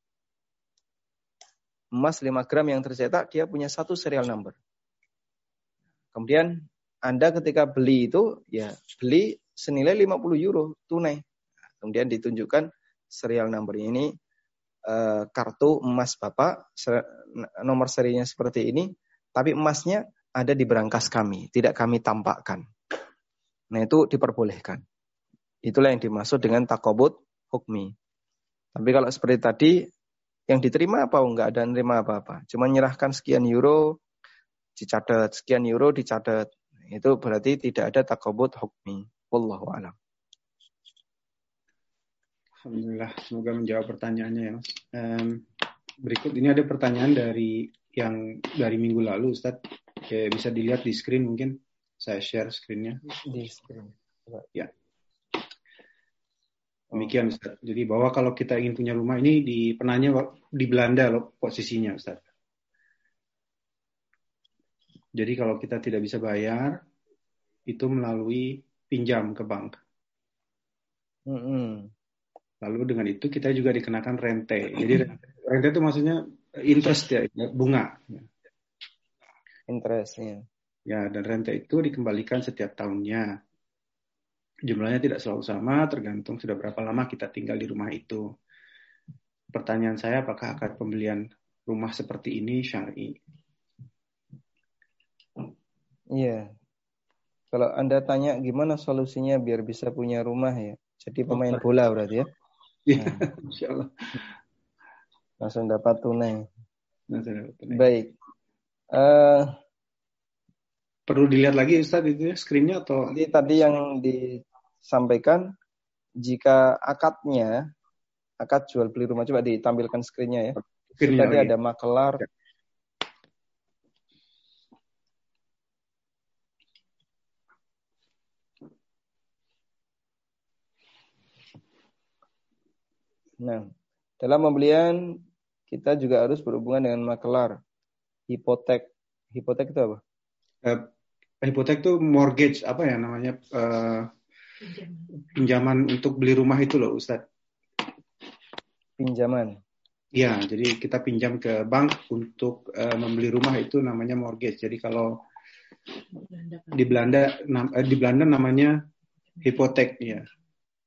Emas lima gram yang tercetak, dia punya satu serial number. Kemudian Anda ketika beli itu, ya beli senilai lima puluh euro tunai. Kemudian ditunjukkan serial number ini, eh, kartu emas Bapak, ser- nomor serinya seperti ini, tapi emasnya ada di berangkas kami, tidak kami tampakkan. Nah, itu diperbolehkan. Itulah yang dimaksud dengan takobut hukmi. Tapi kalau seperti tadi, yang diterima apa? Enggak ada nerima apa-apa. Cuma nyerahkan sekian euro, dicatat. Sekian euro dicatat. Itu berarti tidak ada takobut hukmi. Wallahu a'lam. Alhamdulillah, semoga menjawab pertanyaannya ya, Mas. Um, berikut ini ada pertanyaan dari yang dari minggu lalu, Ustadz. Oke, bisa dilihat di screen mungkin. Saya share screen-nya. Di screen. Ya. Demikian, Ustaz. Jadi bahwa kalau kita ingin punya rumah ini di penanya di Belanda loh posisinya, Ustaz. Jadi kalau kita tidak bisa bayar, itu melalui pinjam ke bank. Mm-hmm. Lalu dengan itu kita juga dikenakan rente. Jadi rente itu maksudnya interest ya, bunga. Interestnya. Ya, dan rente itu dikembalikan setiap tahunnya. Jumlahnya tidak selalu sama, tergantung sudah berapa lama kita tinggal di rumah itu. Pertanyaan saya, apakah akad pembelian rumah seperti ini syar'i? Iya. Kalau Anda tanya gimana solusinya biar bisa punya rumah ya. Jadi pemain bola berarti ya. Iya, nah. Insya Allah. Langsung dapat tunai. Langsung dapat tunai. Baik. Uh, Perlu dilihat lagi Ustaz itu ya, screen-nya atau? Jadi tadi yang disampaikan, jika akadnya, akad jual beli rumah, coba ditampilkan screen-nya ya. Screen tadi lagi. Ada makelar. Ya. Nah, dalam pembelian kita juga harus berhubungan dengan makelar. Hipotek. Hipotek itu apa? Uh, hipotek itu mortgage, apa ya namanya? Uh, pinjaman untuk beli rumah itu loh, Ustaz. Pinjaman. Iya, jadi kita pinjam ke bank untuk uh, membeli rumah itu namanya mortgage. Jadi kalau di Belanda, nam, uh, di Belanda namanya hipotek ya.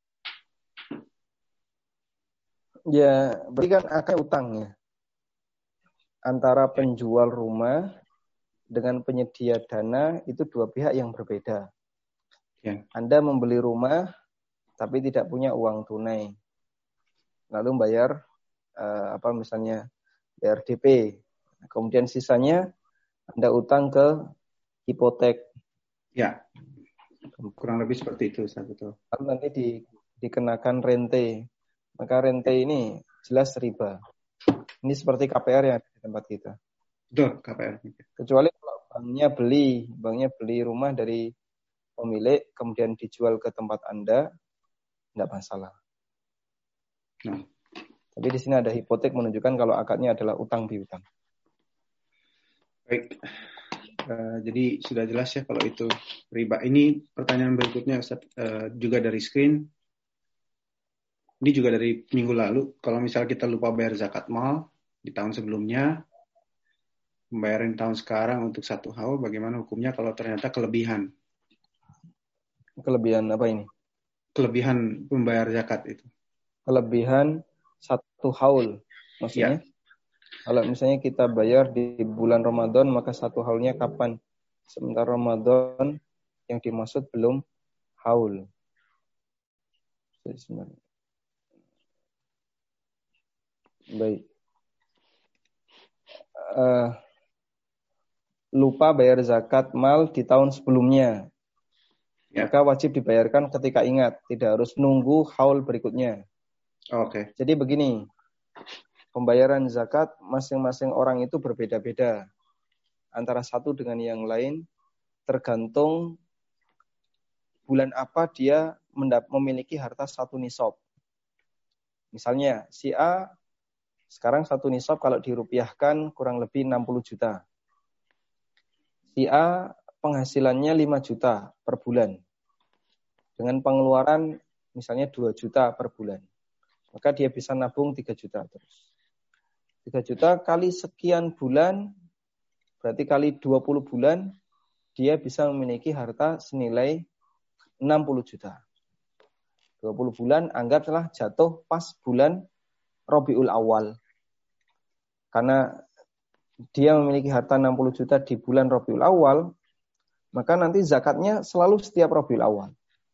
Ya, berarti kan akan utang ya. Antara penjual rumah dengan penyedia dana itu dua pihak yang berbeda. Ya. Anda membeli rumah tapi tidak punya uang tunai. Lalu bayar uh, apa misalnya bayar D P. Kemudian sisanya Anda utang ke hipotek. Ya. Kurang lebih seperti itu, Ustaz, betul. Lalu nanti di, dikenakan rente. Maka rente ini jelas riba. Ini seperti K P R yang ada di tempat kita. Betul, K P R. Kecuali kalau banknya beli, banknya beli rumah dari pemilik, kemudian dijual ke tempat Anda, tidak masalah. Nah. Tapi di sini ada hipotek menunjukkan kalau akadnya adalah utang piutang. Baik. Uh, jadi sudah jelas ya kalau itu riba. Ini pertanyaan berikutnya, Ustaz, uh, juga dari screen. Ini juga dari minggu lalu. Kalau misalnya kita lupa bayar zakat mal di tahun sebelumnya, membayarin tahun sekarang untuk satu haul, bagaimana hukumnya kalau ternyata kelebihan? Kelebihan apa ini? Kelebihan membayar zakat itu. Kelebihan satu haul, maksudnya? Ya. Kalau misalnya kita bayar di bulan Ramadan, maka satu haulnya kapan? Sementara Ramadan yang dimaksud belum haul. Sebenarnya. Baik. Uh, lupa bayar zakat mal di tahun sebelumnya. Ya. Maka wajib dibayarkan ketika ingat. Tidak harus nunggu haul berikutnya. Oke. Okay. Jadi begini. Pembayaran zakat masing-masing orang itu berbeda-beda. Antara satu dengan yang lain. Tergantung bulan apa dia mendap- memiliki harta satu nisab. Misalnya si A sekarang satu nisab kalau dirupiahkan kurang lebih enam puluh juta. Si A penghasilannya lima juta per bulan. Dengan pengeluaran misalnya dua juta per bulan. Maka dia bisa nabung tiga juta terus. tiga juta kali sekian bulan, berarti kali dua puluh bulan, dia bisa memiliki harta senilai enam puluh juta. dua puluh bulan anggaplah jatuh pas bulan Rabiul Awal. Karena dia memiliki harta enam puluh juta di bulan Rabiul Awal, maka nanti zakatnya selalu setiap Rabiul Awal.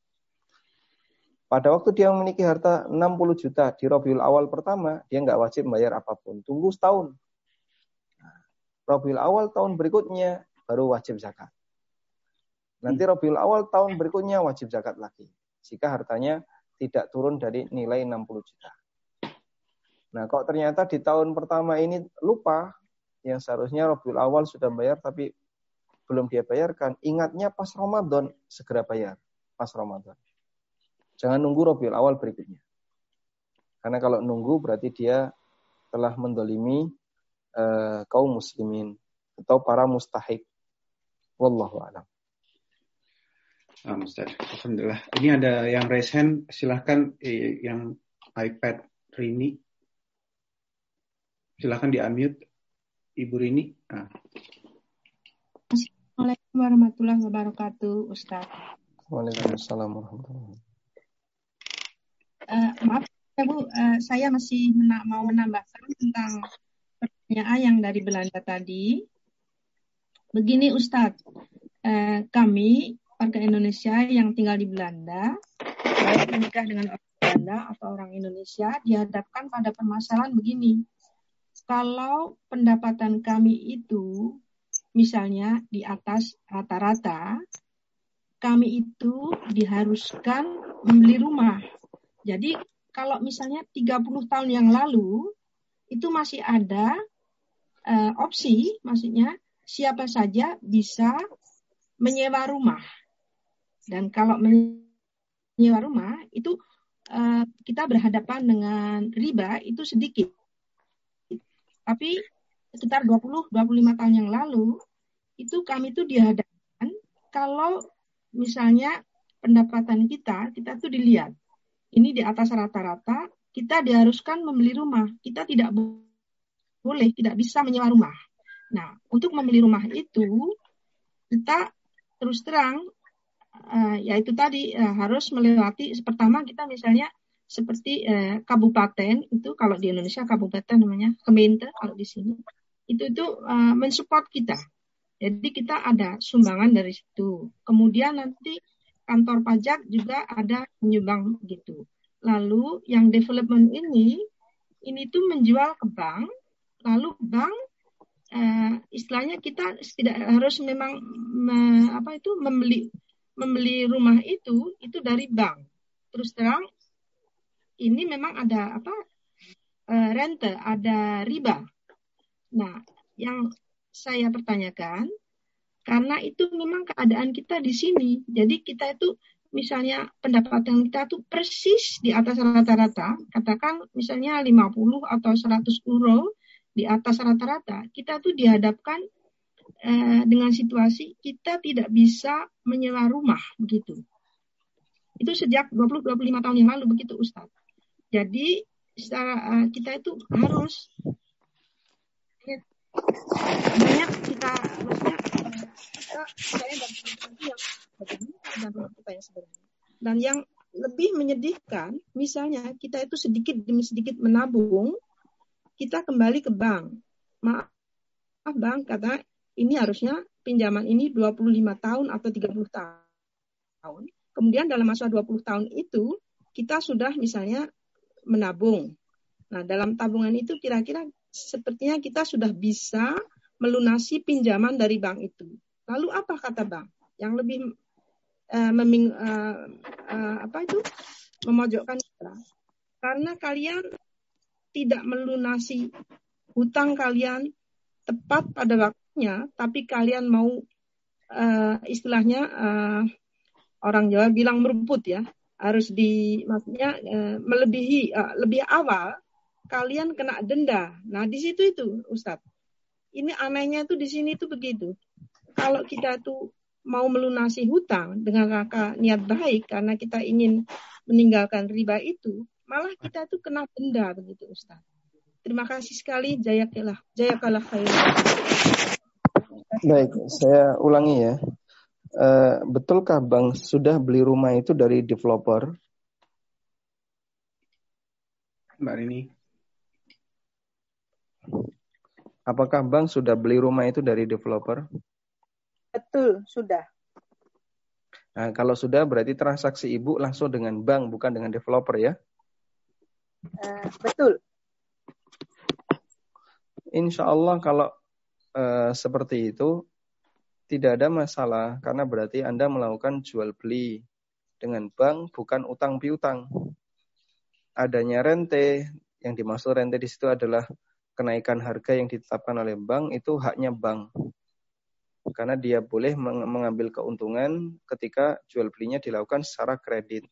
Pada waktu dia memiliki harta enam puluh juta di Rabiul Awal pertama, dia nggak wajib membayar apapun. Tunggu setahun. Rabiul Awal tahun berikutnya baru wajib zakat. Nanti Rabiul Awal tahun berikutnya wajib zakat lagi. Jika hartanya tidak turun dari nilai enam puluh juta. Nah, kok ternyata di tahun pertama ini lupa, yang seharusnya Rabiul Awal sudah bayar tapi belum dia bayarkan, ingatnya pas Ramadan, segera bayar pas Ramadan. Jangan nunggu Rabiul Awal berikutnya. Karena kalau nunggu berarti dia telah mendolimi uh, kaum muslimin atau para mustahik. Wallahu a'lam. Ah, Ustaz. Alhamdulillah. Ini ada yang raise hand, silahkan eh, yang iPad Rini. Silahkan di-unmute, Ibu Rini. Ah. Assalamualaikum warahmatullahi wabarakatuh, Ustaz. Waalaikumsalam warahmatullahi wabarakatuh. Uh, maaf, ya Bu, uh, saya masih mena- mau menambahkan tentang pertanyaan yang dari Belanda tadi. Begini Ustaz, uh, kami warga Indonesia yang tinggal di Belanda, baik menikah dengan orang Belanda atau orang Indonesia, dihadapkan pada permasalahan begini. Kalau pendapatan kami itu misalnya di atas rata-rata, kami itu diharuskan membeli rumah. Jadi kalau misalnya tiga puluh tahun yang lalu, itu masih ada uh, opsi, maksudnya siapa saja bisa menyewa rumah. Dan kalau menyewa rumah, itu uh, kita berhadapan dengan riba itu sedikit. Tapi sekitar dua puluh sampai dua puluh lima tahun yang lalu, itu kami itu dihadapkan kalau misalnya pendapatan kita, kita tuh dilihat. Ini di atas rata-rata, kita diharuskan membeli rumah. Kita tidak boleh, tidak bisa menyewa rumah. Nah, untuk membeli rumah itu, kita terus terang, uh, yaitu tadi uh, harus melewati, pertama kita misalnya seperti eh, kabupaten itu, kalau di Indonesia kabupaten namanya Gemeente kalau di sini itu itu uh, mensupport kita. Jadi kita ada sumbangan dari situ. Kemudian nanti kantor pajak juga ada menyumbang gitu. Lalu yang development ini ini tuh menjual ke bank, lalu bank uh, istilahnya kita tidak harus memang me, apa itu membeli membeli rumah itu itu dari bank. Terus terang ini memang ada apa uh, rente, ada riba. Nah, yang saya pertanyakan, karena itu memang keadaan kita di sini. Jadi kita itu misalnya pendapatan kita itu persis di atas rata-rata, katakan misalnya lima puluh atau seratus euro di atas rata-rata, kita tuh dihadapkan eh, dengan situasi kita tidak bisa menyewa rumah begitu. Itu sejak dua puluh sampai dua puluh lima tahun yang lalu begitu, Ustaz. Jadi secara uh, kita itu harus banyak kita maksudnya kita saya dan teman-teman yang bagaimana dan rumah kita yang sebenarnya. Dan yang lebih menyedihkan, misalnya kita itu sedikit demi sedikit menabung, kita kembali ke bank. Maaf bank, kata ini harusnya pinjaman ini dua puluh lima tahun atau tiga puluh tahun. Kemudian dalam masa dua puluh tahun itu kita sudah misalnya menabung. Nah, dalam tabungan itu kira-kira sepertinya kita sudah bisa melunasi pinjaman dari bank itu. Lalu apa kata bank? Yang lebih uh, meming, uh, uh, apa itu memojokkan kita. Karena kalian tidak melunasi hutang kalian tepat pada waktunya, tapi kalian mau uh, istilahnya uh, orang Jawa bilang merebut ya, harus di maksudnya uh, melebihi uh, lebih awal. Kalian kena denda. Nah, di situ itu, Ustadz. Ini anehnya tuh di sini tuh begitu. Kalau kita tuh mau melunasi hutang dengan rangka niat baik karena kita ingin meninggalkan riba itu, malah kita tuh kena denda begitu, Ustadz. Terima kasih sekali, jayakallah, jayakallah khairan. Baik, saya ulangi ya. Uh, betulkah Bang sudah beli rumah itu dari developer? Mbak Rini. Apakah Bang sudah beli rumah itu dari developer? Betul, sudah. Nah, kalau sudah berarti transaksi Ibu langsung dengan bank, bukan dengan developer ya? Uh, betul. Insya Allah kalau uh, seperti itu tidak ada masalah, karena berarti Anda melakukan jual beli dengan bank, bukan utang piutang. Adanya rente, yang dimaksud rente di situ adalah kenaikan harga yang ditetapkan oleh bank, itu haknya bank. Karena dia boleh mengambil keuntungan ketika jual belinya dilakukan secara kredit.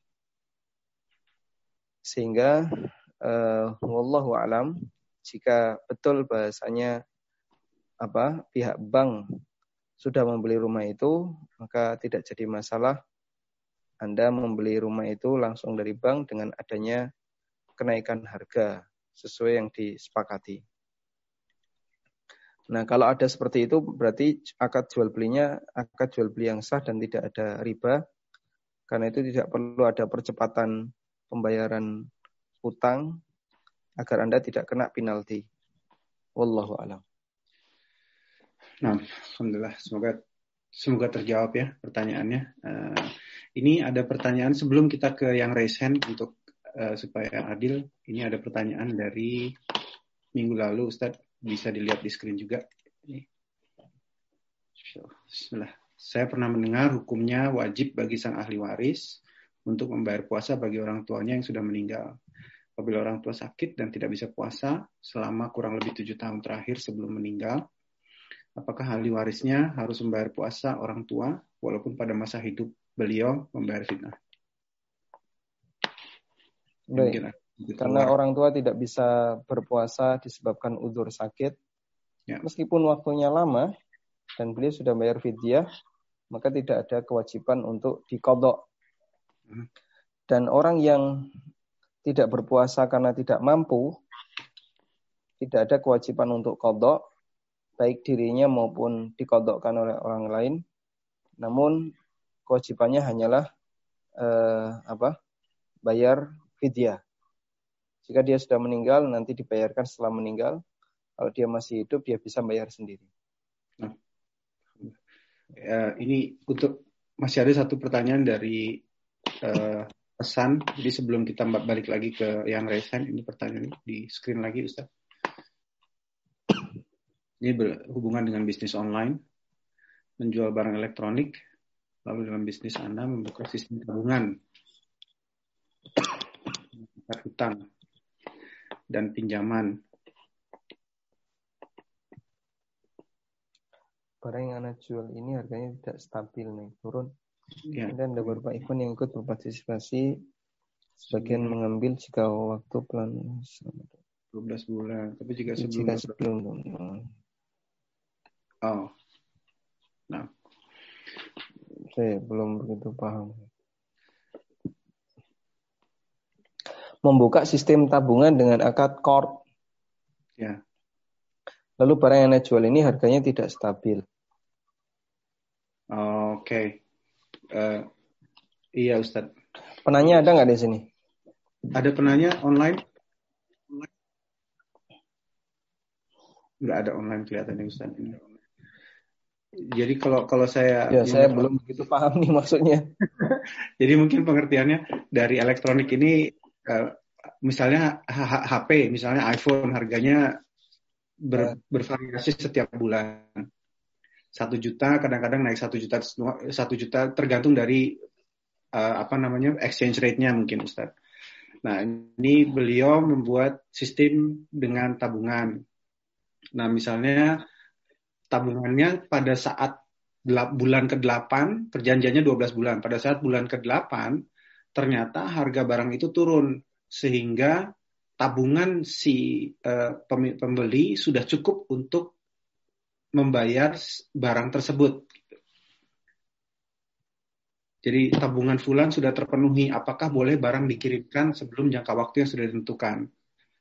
Sehingga uh, wallahu alam, jika betul bahasanya apa pihak bank sudah membeli rumah itu, maka tidak jadi masalah Anda membeli rumah itu langsung dari bank dengan adanya kenaikan harga sesuai yang disepakati. Nah, kalau ada seperti itu berarti akad jual belinya akad jual beli yang sah dan tidak ada riba. Karena itu tidak perlu ada percepatan pembayaran utang agar Anda tidak kena penalti. Wallahu a'lam. Nah, alhamdulillah, semoga semoga terjawab ya pertanyaannya. Uh, ini ada pertanyaan sebelum kita ke yang raise hand untuk uh, supaya adil. Ini ada pertanyaan dari minggu lalu, Ustadz. Bisa dilihat di screen juga. Bismillah. Saya pernah mendengar hukumnya wajib bagi sang ahli waris untuk membayar puasa bagi orang tuanya yang sudah meninggal. Apabila orang tua sakit dan tidak bisa puasa selama kurang lebih tujuh tahun terakhir sebelum meninggal, apakah ahli warisnya harus membayar puasa orang tua walaupun pada masa hidup beliau membayar fidyah? Baik. Karena orang tua tidak bisa berpuasa disebabkan udzur sakit, ya. Meskipun waktunya lama dan beliau sudah bayar fidyah, maka tidak ada kewajiban untuk diqadha. Hmm. Dan orang yang tidak berpuasa karena tidak mampu, tidak ada kewajiban untuk qadha, baik dirinya maupun diqadhakan oleh orang lain. Namun kewajibannya hanyalah eh, apa? bayar fidyah. Jika dia sudah meninggal, nanti dibayarkan setelah meninggal. Kalau dia masih hidup, dia bisa bayar sendiri. Nah, uh, ini untuk masih ada satu pertanyaan dari uh, pesan. Jadi sebelum kita balik lagi ke yang resen, ini pertanyaan di screen lagi, Ustaz. Ini berhubungan dengan bisnis online, menjual barang elektronik, lalu dalam bisnis Anda membuka sistem tabungan, hutang, dan pinjaman. Barang yang Anda jual ini harganya tidak stabil, nih, turun. Ya. Dan ada beberapa event yang ikut berpartisipasi, sebagian hmm. mengambil jika waktu plan dua belas bulan, tapi jika sebelum jika sebelum oh, nah, saya belum begitu paham. Membuka sistem tabungan dengan akad qard. Ya. Lalu barang yang Anda jual ini harganya tidak stabil. Oke, okay. uh, iya Ustadz. Penanya ada nggak di sini? Ada penanya online? Nggak ada online kelihatannya Ustadz ini. Jadi kalau kalau saya ya saya belum begitu paham nih maksudnya. Jadi mungkin pengertiannya dari elektronik ini uh, misalnya H P, misalnya iPhone harganya ber, bervariasi setiap bulan. Satu juta kadang-kadang naik satu juta satu juta tergantung dari uh, apa namanya exchange rate-nya mungkin Ustadz. Nah ini beliau membuat sistem dengan tabungan. Nah misalnya tabungannya pada saat bulan ke delapan, perjanjiannya dua belas bulan. Pada saat bulan ke delapan, ternyata harga barang itu turun. Sehingga tabungan si uh, pembeli sudah cukup untuk membayar barang tersebut. Jadi tabungan fulan sudah terpenuhi. Apakah boleh barang dikirimkan sebelum jangka waktu yang sudah ditentukan?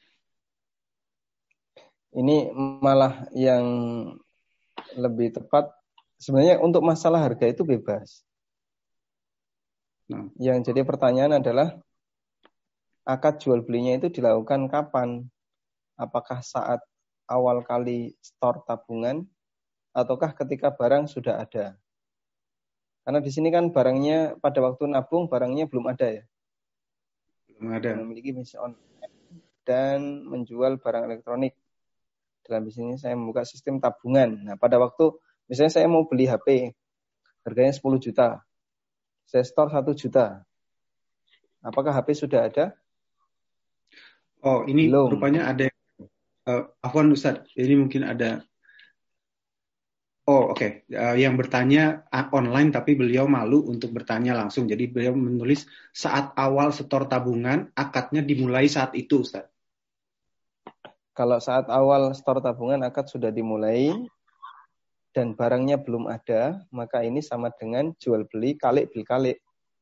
Ini malah yang lebih tepat sebenarnya untuk masalah harga itu bebas. Nah. Yang jadi pertanyaan adalah akad jual belinya itu dilakukan kapan? Apakah saat awal kali store tabungan ataukah ketika barang sudah ada? Karena di sini kan barangnya pada waktu nabung barangnya belum ada ya. Belum ada. Memiliki bisnis online dan menjual barang elektronik. Dalam bisnis saya membuka sistem tabungan. Nah, pada waktu misalnya saya mau beli H P, harganya sepuluh juta. Saya store satu juta. Apakah H P sudah ada? Oh, ini belum. Rupanya ada. Uh, Afwan Ustaz, ini mungkin ada. Oh, oke. Okay. Uh, yang bertanya online tapi beliau malu untuk bertanya langsung. Jadi beliau menulis saat awal setor tabungan, akadnya dimulai saat itu, Ustaz. Kalau saat awal store tabungan akad sudah dimulai dan barangnya belum ada, maka ini sama dengan jual beli kalik beli kalik.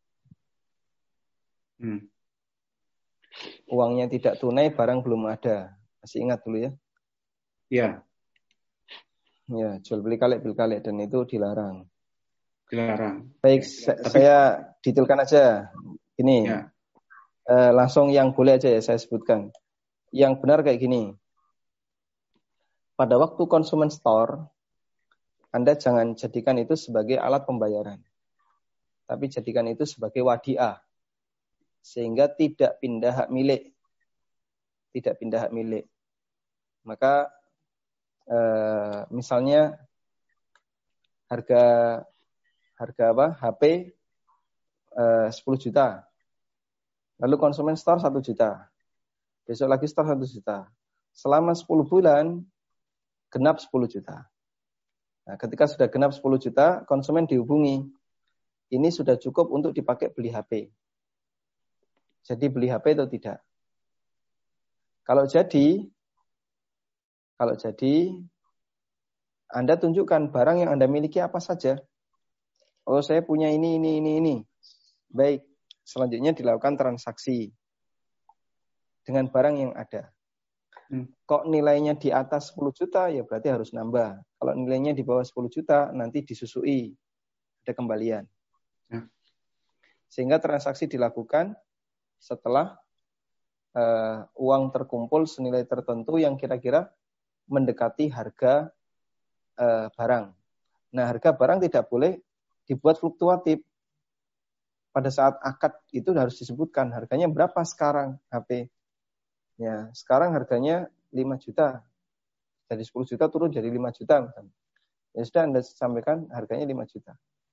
Hmm. Uangnya tidak tunai, barang belum ada. Masih ingat dulu ya? Iya. Ya, jual beli kalik beli kalik dan itu dilarang. Dilarang. Baik, Tapi... saya detailkan aja. Ini ya. eh, langsung yang boleh aja ya saya sebutkan. Yang benar kayak gini. Pada waktu konsumen store, Anda jangan jadikan itu sebagai alat pembayaran. Tapi jadikan itu sebagai wadiah. Sehingga tidak pindah hak milik. Tidak pindah hak milik. Maka eh, misalnya harga harga apa? H P eh, sepuluh juta. Lalu konsumen store satu juta. Besok lagi store satu juta. Selama sepuluh bulan genap sepuluh juta. Nah, ketika sudah genap sepuluh juta, konsumen dihubungi. Ini sudah cukup untuk dipakai beli H P. Jadi beli H P atau tidak? Kalau jadi, kalau jadi, Anda tunjukkan barang yang Anda miliki apa saja. Oh, saya punya ini, ini, ini, ini. Baik, selanjutnya dilakukan transaksi dengan barang yang ada. Kok nilainya di atas sepuluh juta, ya berarti harus nambah. Kalau nilainya di bawah sepuluh juta, nanti disusui. Ada kembalian. Sehingga transaksi dilakukan setelah uh, uang terkumpul senilai tertentu yang kira-kira mendekati harga uh, barang. Nah, harga barang tidak boleh dibuat fluktuatif. Pada saat akad itu harus disebutkan harganya berapa sekarang H P. Ya, sekarang harganya lima juta. Dari sepuluh juta turun jadi lima juta misalnya. Ya sudah Anda sampaikan harganya lima juta.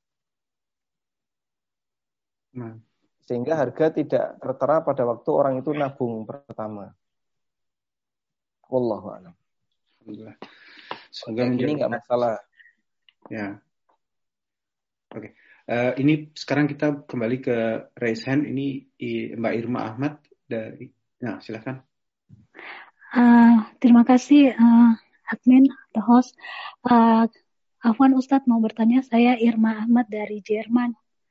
Nah. Sehingga harga tidak tertera pada waktu orang itu nabung pertama. Wallahu a'lam. Alhamdulillah. Semoga ini nggak masalah. Ya. Oke. Okay. Uh, ini sekarang kita kembali ke raise hand. Ini Mbak Irma Ahmad dari. Nah, silakan. Uh, terima kasih uh, admin, the host. Uh, Afwan Ustadz mau bertanya. Saya Irma Ahmad dari Jerman.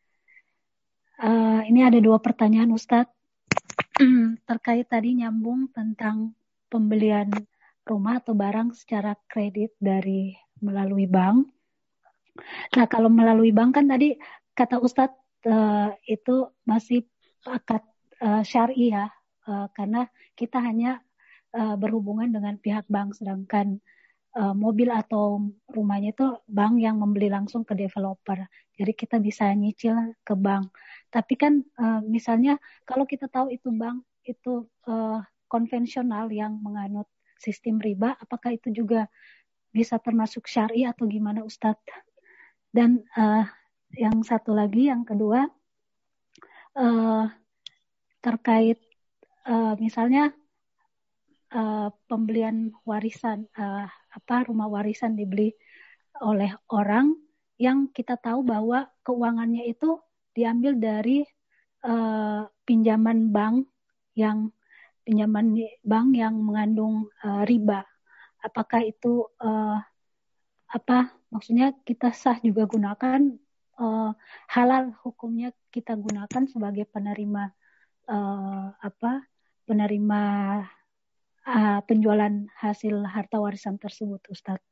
Uh, ini ada dua pertanyaan Ustadz. Terkait tadi nyambung tentang pembelian rumah atau barang secara kredit dari melalui bank. Nah, kalau melalui bank kan tadi kata Ustadz uh, itu masih akad uh, syar'i ya, uh, karena kita hanya uh, berhubungan dengan pihak bank, sedangkan uh, mobil atau rumahnya itu bank yang membeli langsung ke developer. Jadi kita bisa nyicil ke bank. Tapi kan uh, misalnya kalau kita tahu itu bank itu uh, konvensional yang menganut sistem riba, apakah itu juga bisa termasuk syar'i atau gimana Ustadz? Dan uh, yang satu lagi, yang kedua, uh, terkait uh, misalnya uh, pembelian warisan, uh, apa rumah warisan dibeli oleh orang yang kita tahu bahwa keuangannya itu diambil dari uh, pinjaman bank yang pinjaman bank yang mengandung uh, riba. Apakah itu uh, apa maksudnya kita sah juga gunakan uh, halal hukumnya kita gunakan sebagai penerima uh, apa penerima uh, penjualan hasil harta warisan tersebut Ustadz.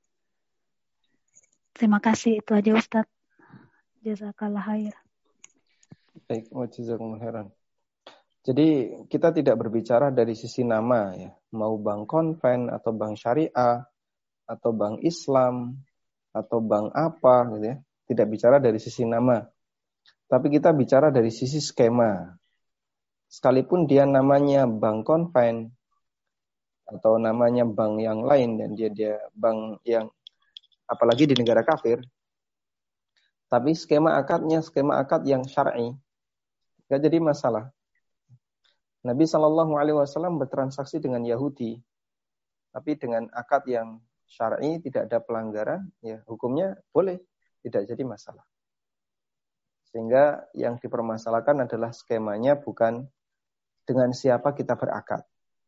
Terima kasih, itu aja Ustadz. Jazakallah khair. Baik, wajazakumullah khairan. Jadi kita tidak berbicara dari sisi nama ya, mau bank konven atau bank syariah atau bank Islam atau bank apa gitu ya, tidak bicara dari sisi nama. Tapi kita bicara dari sisi skema. Sekalipun dia namanya bank konven atau namanya bank yang lain dan dia dia bank yang apalagi di negara kafir, tapi skema akadnya skema akad yang syar'i, enggak jadi masalah. Nabi shallallahu alaihi wasallam bertransaksi dengan Yahudi, tapi dengan akad yang syar'i, tidak ada pelanggaran, ya hukumnya boleh, tidak jadi masalah. Sehingga yang dipermasalahkan adalah skemanya, bukan dengan siapa kita berakad.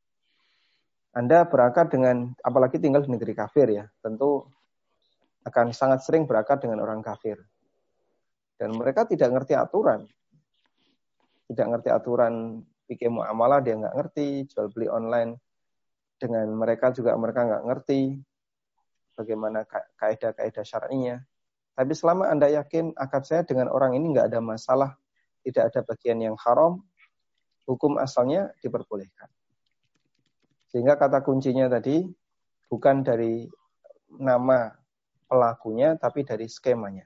Anda berakad dengan, apalagi tinggal di negeri kafir ya, tentu akan sangat sering berakad dengan orang kafir. Dan mereka tidak ngerti aturan. Tidak ngerti aturan fikih muamalah, dia nggak ngerti, jual beli online dengan mereka juga mereka nggak ngerti bagaimana kaidah-kaidah syar'inya. Tapi selama Anda yakin akad saya dengan orang ini nggak ada masalah, tidak ada bagian yang haram, hukum asalnya diperbolehkan. Sehingga kata kuncinya tadi bukan dari nama pelakunya, tapi dari skemanya.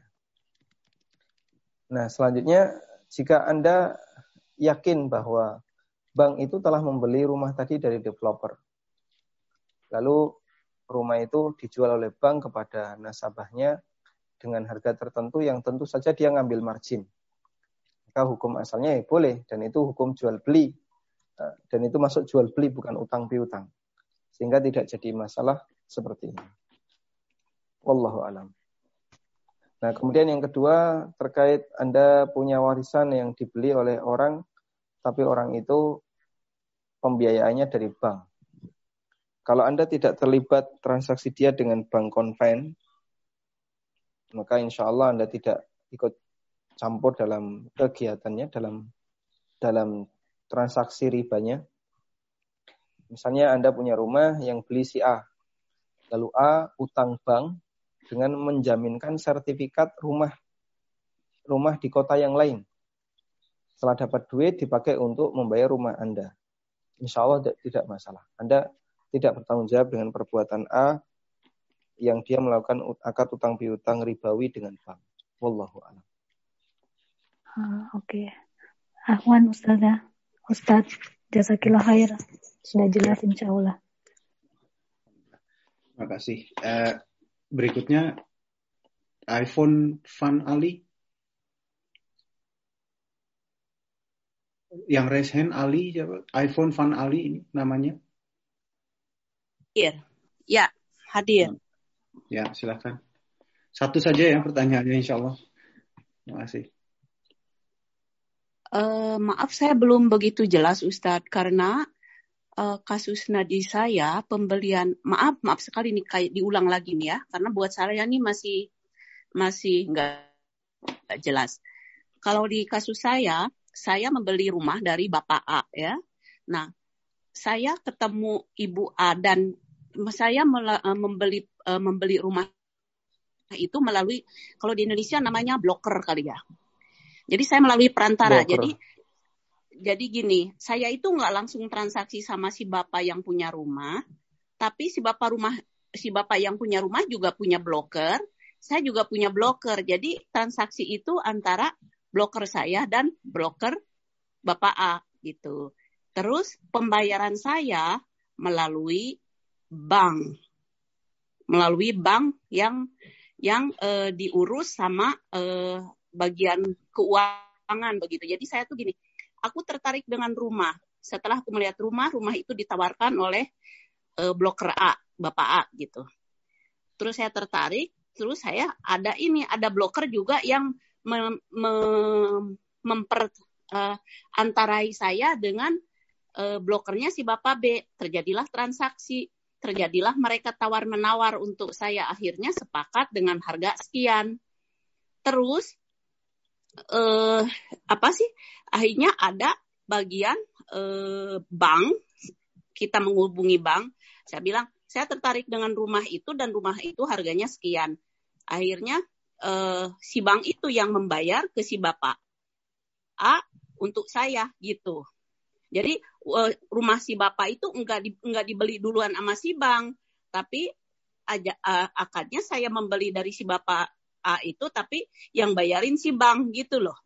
Nah, selanjutnya jika Anda yakin bahwa bank itu telah membeli rumah tadi dari developer, lalu rumah itu dijual oleh bank kepada nasabahnya dengan harga tertentu yang tentu saja dia ngambil margin. Maka hukum asalnya ya boleh, dan itu hukum jual beli. Dan itu masuk jual beli, bukan utang piutang. Sehingga tidak jadi masalah seperti ini. Wallahu a'lam. Nah, kemudian yang kedua terkait Anda punya warisan yang dibeli oleh orang, tapi orang itu pembiayaannya dari bank. Kalau Anda tidak terlibat transaksi dia dengan bank konven, maka insya Allah Anda tidak ikut campur dalam kegiatannya, dalam dalam transaksi ribanya. Misalnya Anda punya rumah yang beli si A, lalu A utang bank dengan menjaminkan sertifikat rumah rumah di kota yang lain. Setelah dapat duit dipakai untuk membayar rumah Anda. insya Allah tidak masalah. Anda tidak bertanggung jawab dengan perbuatan A yang dia melakukan akad utang piutang ribawi dengan bank. Wallahu a'lam. Uh, Oke. Okay. Ahwan Ustazah. Ustaz, jazakillah khair. Sudah jelas insya Allah. Terima kasih. Uh, berikutnya iPhone Fan Ali. Yang raise hand Ali siapa? iPhone Fan Ali ini namanya. Hadir. Ya, hadir. Ya, silakan. Satu saja ya pertanyaannya insya Allah. Terima kasih. Uh, maaf saya belum begitu jelas Ustadz karena uh, kasus nadi saya pembelian maaf maaf sekali nih kayak diulang lagi nih ya karena buat saya nih masih masih nggak jelas. Kalau di kasus saya saya membeli rumah dari Bapak A ya. Nah saya ketemu Ibu A dan saya mela- uh, membeli uh, membeli rumah itu melalui kalau di Indonesia namanya broker kali ya. Jadi saya melalui perantara. Broker. Jadi jadi gini, saya itu nggak langsung transaksi sama si bapak yang punya rumah, tapi si bapak rumah si bapak yang punya rumah juga punya broker, saya juga punya broker. Jadi transaksi itu antara broker saya dan broker Bapak A gitu. Terus pembayaran saya melalui bank. Melalui bank yang yang eh, diurus sama eh, bagian keuangan begitu. Jadi saya tuh gini, aku tertarik dengan rumah. Setelah aku melihat rumah, rumah itu ditawarkan oleh uh, broker A, Bapak A gitu. Terus saya tertarik, terus saya ada ini, ada broker juga yang mem, mem, memper uh, antarai saya dengan uh, brokernya si Bapak B. Terjadilah transaksi, terjadilah mereka tawar-menawar untuk saya akhirnya sepakat dengan harga sekian. Terus Uh, apa sih akhirnya ada bagian uh, bank kita menghubungi bank saya bilang saya tertarik dengan rumah itu dan rumah itu harganya sekian akhirnya uh, si bank itu yang membayar ke si bapak A untuk saya gitu jadi uh, rumah si bapak itu enggak di, enggak dibeli duluan sama si bank tapi aja, uh, akadnya saya membeli dari si bapak A itu tapi yang bayarin si bank gitu loh.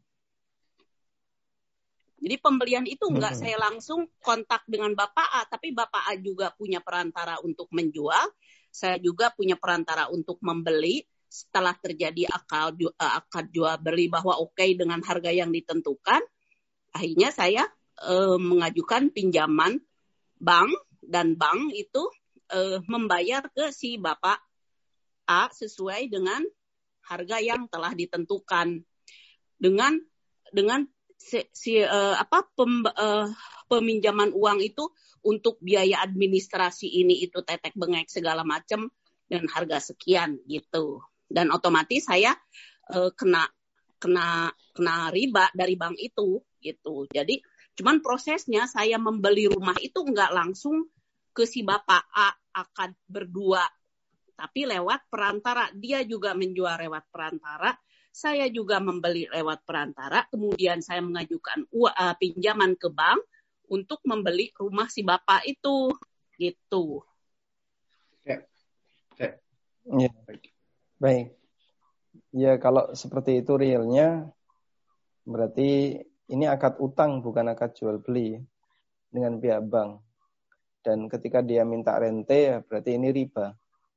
Jadi pembelian itu enggak hmm. saya langsung kontak dengan Bapak A, tapi Bapak A juga punya perantara untuk menjual, saya juga punya perantara untuk membeli. Setelah terjadi akal akad jual beli bahwa oke okay dengan harga yang ditentukan, akhirnya saya eh, mengajukan pinjaman bank dan bank itu eh, membayar ke si Bapak A sesuai dengan harga yang telah ditentukan dengan dengan si, si uh, apa pem, uh, peminjaman uang itu untuk biaya administrasi ini itu tetek bengek segala macam dan harga sekian gitu dan otomatis saya uh, kena kena kena riba dari bank itu gitu jadi cuman prosesnya saya membeli rumah itu nggak langsung ke si Bapak A akad berdua tapi lewat perantara, dia juga menjual lewat perantara, saya juga membeli lewat perantara, kemudian saya mengajukan uh, pinjaman ke bank untuk membeli rumah si bapak itu, gitu. Ya, ya. Ya. Baik. Ya kalau seperti itu realnya, berarti ini akad utang bukan akad jual beli dengan pihak bank. Dan ketika dia minta rente, berarti ini riba.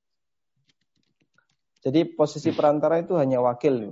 Jadi posisi perantara itu hanya wakil.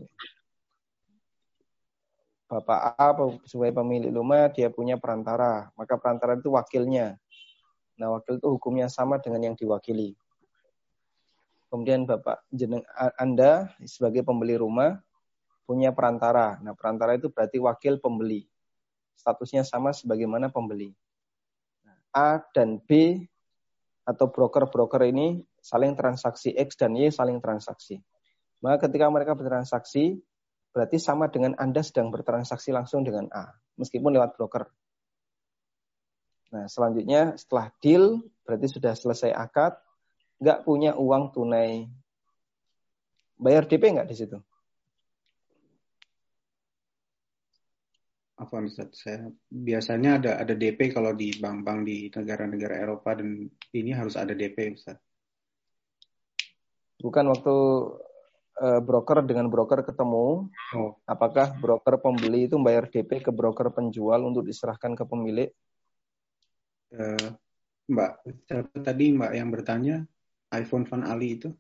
Bapak A sebagai pemilik rumah dia punya perantara, maka perantara itu wakilnya. Nah wakil itu hukumnya sama dengan yang diwakili. Kemudian Bapak jeneng Anda sebagai pembeli rumah punya perantara. Nah perantara itu berarti wakil pembeli. Statusnya sama sebagaimana pembeli. A dan B atau broker-broker ini saling transaksi X dan Y saling transaksi. Maka ketika mereka bertransaksi, berarti sama dengan Anda sedang bertransaksi langsung dengan A, meskipun lewat broker. Nah, selanjutnya setelah deal, berarti sudah selesai akad, nggak punya uang tunai. Bayar D P nggak di situ? apa Ustaz? Saya biasanya ada ada D P kalau di bank-bank di negara-negara Eropa, dan ini harus ada D P Ustaz. Bukan waktu uh, broker dengan broker ketemu, Oh, apakah broker pembeli itu bayar D P ke broker penjual untuk diserahkan ke pemilik? eh, Mbak, siapa tadi Mbak yang bertanya iPhone Van Ali itu?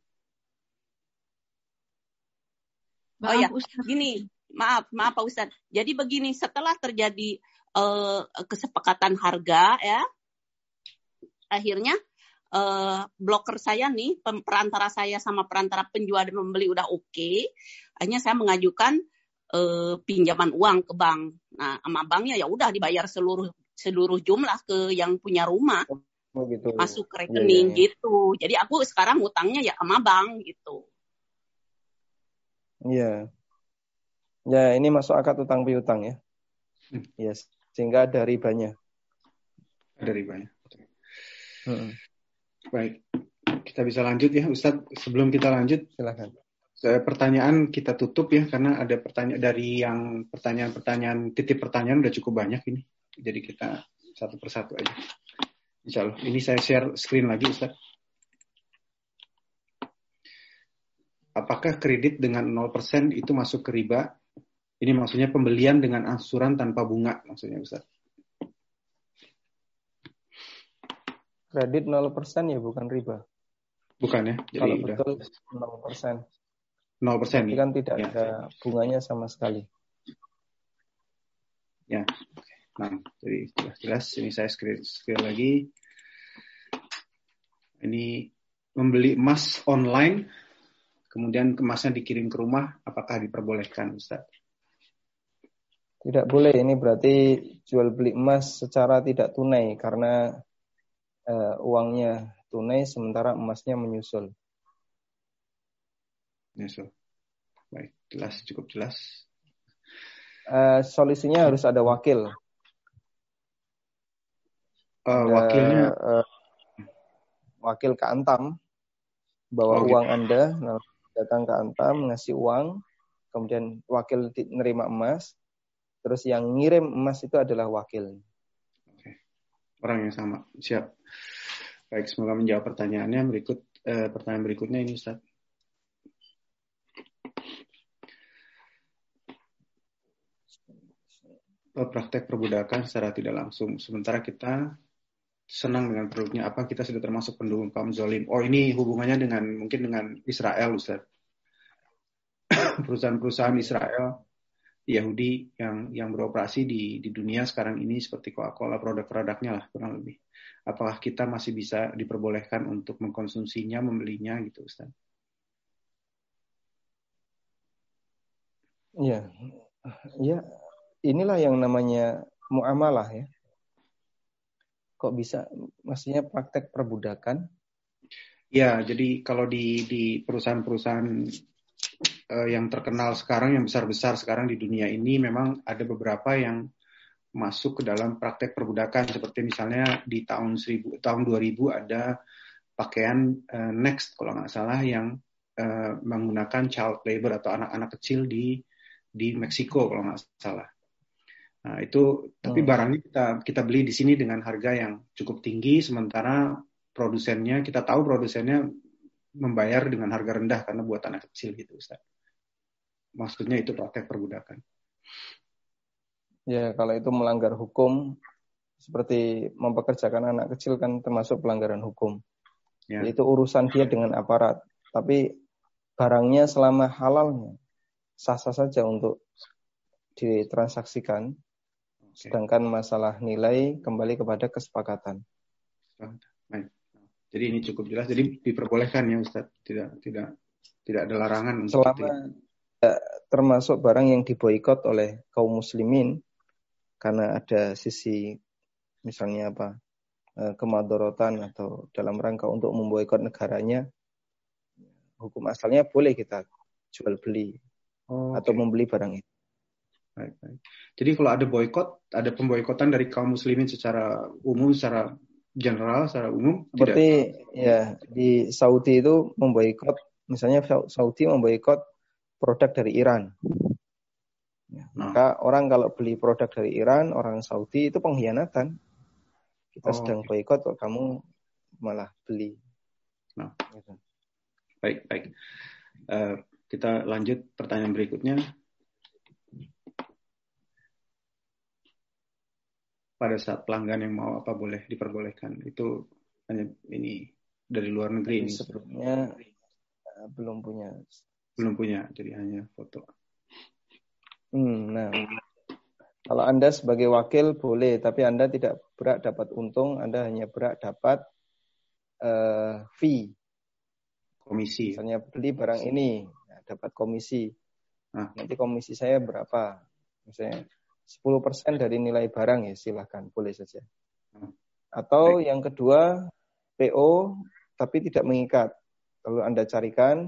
Oh ya, gini, maaf, maaf Pak Ustadz. Jadi begini, setelah terjadi uh, kesepakatan harga ya, akhirnya uh, broker saya nih, perantara saya sama perantara penjual dan pembeli udah oke, okay. Akhirnya saya mengajukan uh, pinjaman uang ke bank. Nah, sama banknya ya udah dibayar seluruh seluruh jumlah ke yang punya rumah, oh, gitu. masuk ke rekening yeah, yeah, yeah. gitu. Jadi aku sekarang utangnya ya sama bank gitu. Iya. Ya, ini masuk akad utang piutang ya. Hmm. Yes, sehingga ada ribanya. Ada ribanya. Hmm. Baik, kita bisa lanjut ya Ustadz. Sebelum kita lanjut, silakan. Pertanyaan kita tutup ya, karena ada pertanyaan dari yang pertanyaan-pertanyaan titip pertanyaan udah cukup banyak ini. Jadi kita satu persatu aja. Insya Allah. Ini saya share screen lagi Ustadz. Apakah kredit dengan nol persen itu masuk ke riba? Ini maksudnya pembelian dengan angsuran tanpa bunga maksudnya Ustaz. Kredit nol persen ya bukan riba. Bukan ya? Jadi kalau udah. betul nol persen. nol persen. Jadi kan tidak ya. ada bunganya sama sekali. Ya. Nah, jadi jelas-jelas ini saya screen, screen lagi. Ini membeli emas online, kemudian emasnya dikirim ke rumah, apakah diperbolehkan, Ustaz? Tidak boleh, ini berarti jual beli emas secara tidak tunai, karena uh, uangnya tunai sementara emasnya menyusul. Menyusul. Baik, jelas, cukup jelas. Uh, solusinya harus ada wakil. Uh, ada, wakilnya? Uh, wakil ke Antam, bawa oh, uang gitu. Anda, nah, datang ke Antam, ngasih uang, kemudian wakil nerima emas, terus yang ngirim emas itu adalah wakil. Oke. Orang yang sama, siap. Baik, semoga menjawab pertanyaannya. Berikut eh, pertanyaan berikutnya ini, Ustaz. Praktek perbudakan secara tidak langsung. Sementara kita senang dengan produknya, apa kita sudah termasuk pendukung kaum zalim? Oh, ini hubungannya dengan mungkin dengan Israel, Ustaz. Perusahaan-perusahaan Israel Yahudi yang yang beroperasi di di dunia sekarang ini seperti Coca-Cola, produk-produknya lah kurang lebih. Apakah kita masih bisa diperbolehkan untuk mengkonsumsinya, membelinya gitu, Ustaz? Iya. Ya, inilah yang namanya muamalah ya. Kok bisa maksudnya praktek perbudakan? Ya, jadi kalau di di perusahaan-perusahaan yang terkenal sekarang, yang besar-besar sekarang di dunia ini, memang ada beberapa yang masuk ke dalam praktek perbudakan. Seperti misalnya di tahun seribu, tahun dua ribu ada pakaian uh, Next kalau nggak salah yang uh, menggunakan child labor atau anak-anak kecil di di Meksiko kalau nggak salah. Nah itu, tapi barangnya kita kita beli di sini dengan harga yang cukup tinggi, sementara produsennya, kita tahu produsennya membayar dengan harga rendah karena buat anak kecil gitu, Ustaz. Maksudnya itu praktek perbudakan. Ya, kalau itu melanggar hukum, seperti mempekerjakan anak kecil kan termasuk pelanggaran hukum. Ya. Itu urusan dia dengan aparat. Tapi barangnya selama halalnya, sah-sah saja untuk ditransaksikan. Okay. Sedangkan masalah nilai kembali kepada kesepakatan. Baik. Jadi ini cukup jelas. Jadi diperbolehkan ya Ustaz. Tidak tidak tidak ada larangan untuk selama itu. Ya, termasuk barang yang diboikot oleh kaum muslimin karena ada sisi misalnya apa kemadorotan atau dalam rangka untuk memboikot negaranya, hukum asalnya boleh kita jual beli oh, atau okay. membeli barang itu. Baik, baik. Jadi kalau ada boikot, ada pemboikotan dari kaum muslimin secara umum, secara general, secara umum. Seperti tidak... ya di Saudi itu memboikot, misalnya Saudi memboikot produk dari Iran. Ya, Nah. maka orang kalau beli produk dari Iran, orang Saudi itu pengkhianatan. Kita Oh, sedang oke. boikot kok kamu malah beli. Nah, Gitu. baik, baik. Eh, kita lanjut pertanyaan berikutnya. Pada saat pelanggan yang mau apa boleh diperbolehkan? Itu hanya ini dari luar negeri Tapi ini. sebelumnya eh, belum punya. Belum punya, jadi hanya foto. Hmm, nah, kalau Anda sebagai wakil boleh, tapi Anda tidak berhak dapat untung, Anda hanya berhak dapat uh, fee. Komisi. Misalnya beli barang ini, nah, dapat komisi. Nah. Nanti komisi saya berapa? Misalnya sepuluh persen dari nilai barang, ya silahkan, boleh saja. Nah. Atau Baik. yang kedua, P O tapi tidak mengikat. Lalu Anda carikan,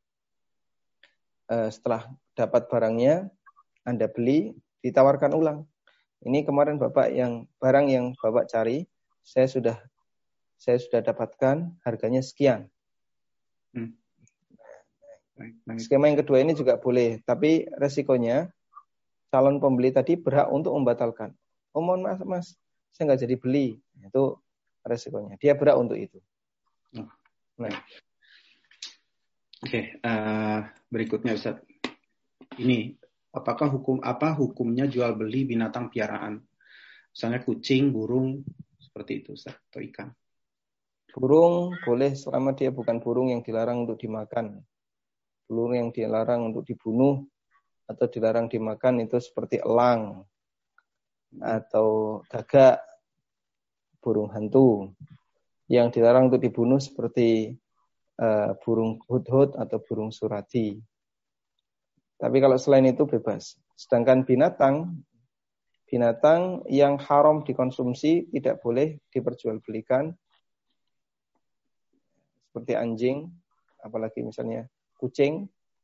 uh, setelah dapat barangnya, Anda beli, ditawarkan ulang. Ini kemarin Bapak yang barang yang Bapak cari, saya sudah saya sudah dapatkan harganya sekian. Hmm. Baik, baik. Skema yang kedua ini juga boleh, tapi resikonya calon pembeli tadi berhak untuk membatalkan. Oh mohon maaf mas, saya nggak jadi beli. Itu resikonya. Dia berhak untuk itu. Oh. Nah. Oke, okay, uh, berikutnya Ustaz. Ini apakah hukum apa hukumnya jual beli binatang piaraan? Misalnya kucing, burung, seperti itu Ustaz, atau ikan. Burung boleh selama dia bukan burung yang dilarang untuk dimakan. Burung yang dilarang untuk dibunuh atau dilarang dimakan itu seperti elang atau gagak, burung hantu. Yang dilarang untuk dibunuh seperti uh, burung hudhud atau burung surati. Tapi kalau selain itu bebas. Sedangkan binatang, binatang yang haram dikonsumsi tidak boleh diperjualbelikan. Seperti anjing, apalagi misalnya kucing,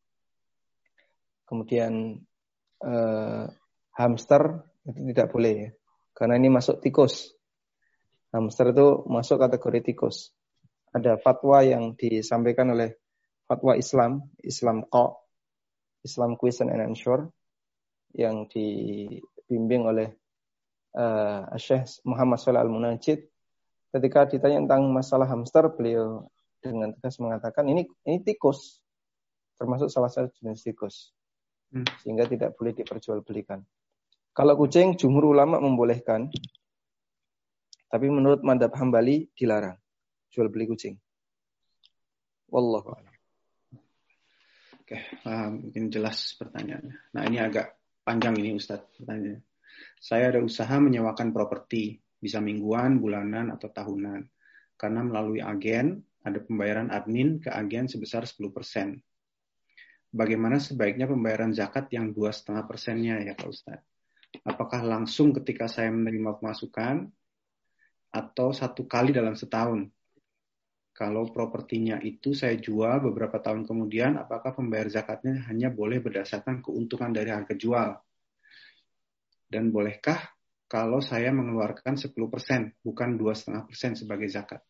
kemudian eh, hamster itu tidak boleh ya, karena ini masuk tikus. Hamster itu masuk kategori tikus. Ada fatwa yang disampaikan oleh fatwa Islam, Islam Qa, Islam Question and Answer, yang dibimbing oleh uh, Syekh Muhammad Shalih Al-Munajjid. Ketika ditanya tentang masalah hamster, beliau dengan tegas mengatakan ini ini tikus, termasuk salah satu jenis tikus, hmm. sehingga tidak boleh diperjualbelikan. Kalau kucing, jumhur ulama membolehkan, tapi menurut madhab Hambali dilarang jual beli kucing. Wallahu a'lam. Oke, uh, mungkin jelas pertanyaannya. Nah ini agak panjang ini Ustadz pertanyaannya. Saya ada usaha menyewakan properti, bisa mingguan, bulanan, atau tahunan. Karena melalui agen, ada pembayaran admin ke agen sebesar sepuluh persen. Bagaimana sebaiknya pembayaran zakat yang dua koma lima persennya ya Pak Ustadz? Apakah langsung ketika saya menerima pemasukan atau satu kali dalam setahun? Kalau propertinya itu saya jual beberapa tahun kemudian, apakah pembayar zakatnya hanya boleh berdasarkan keuntungan dari harga jual? Dan bolehkah kalau saya mengeluarkan sepuluh persen, bukan dua koma lima persen sebagai zakat?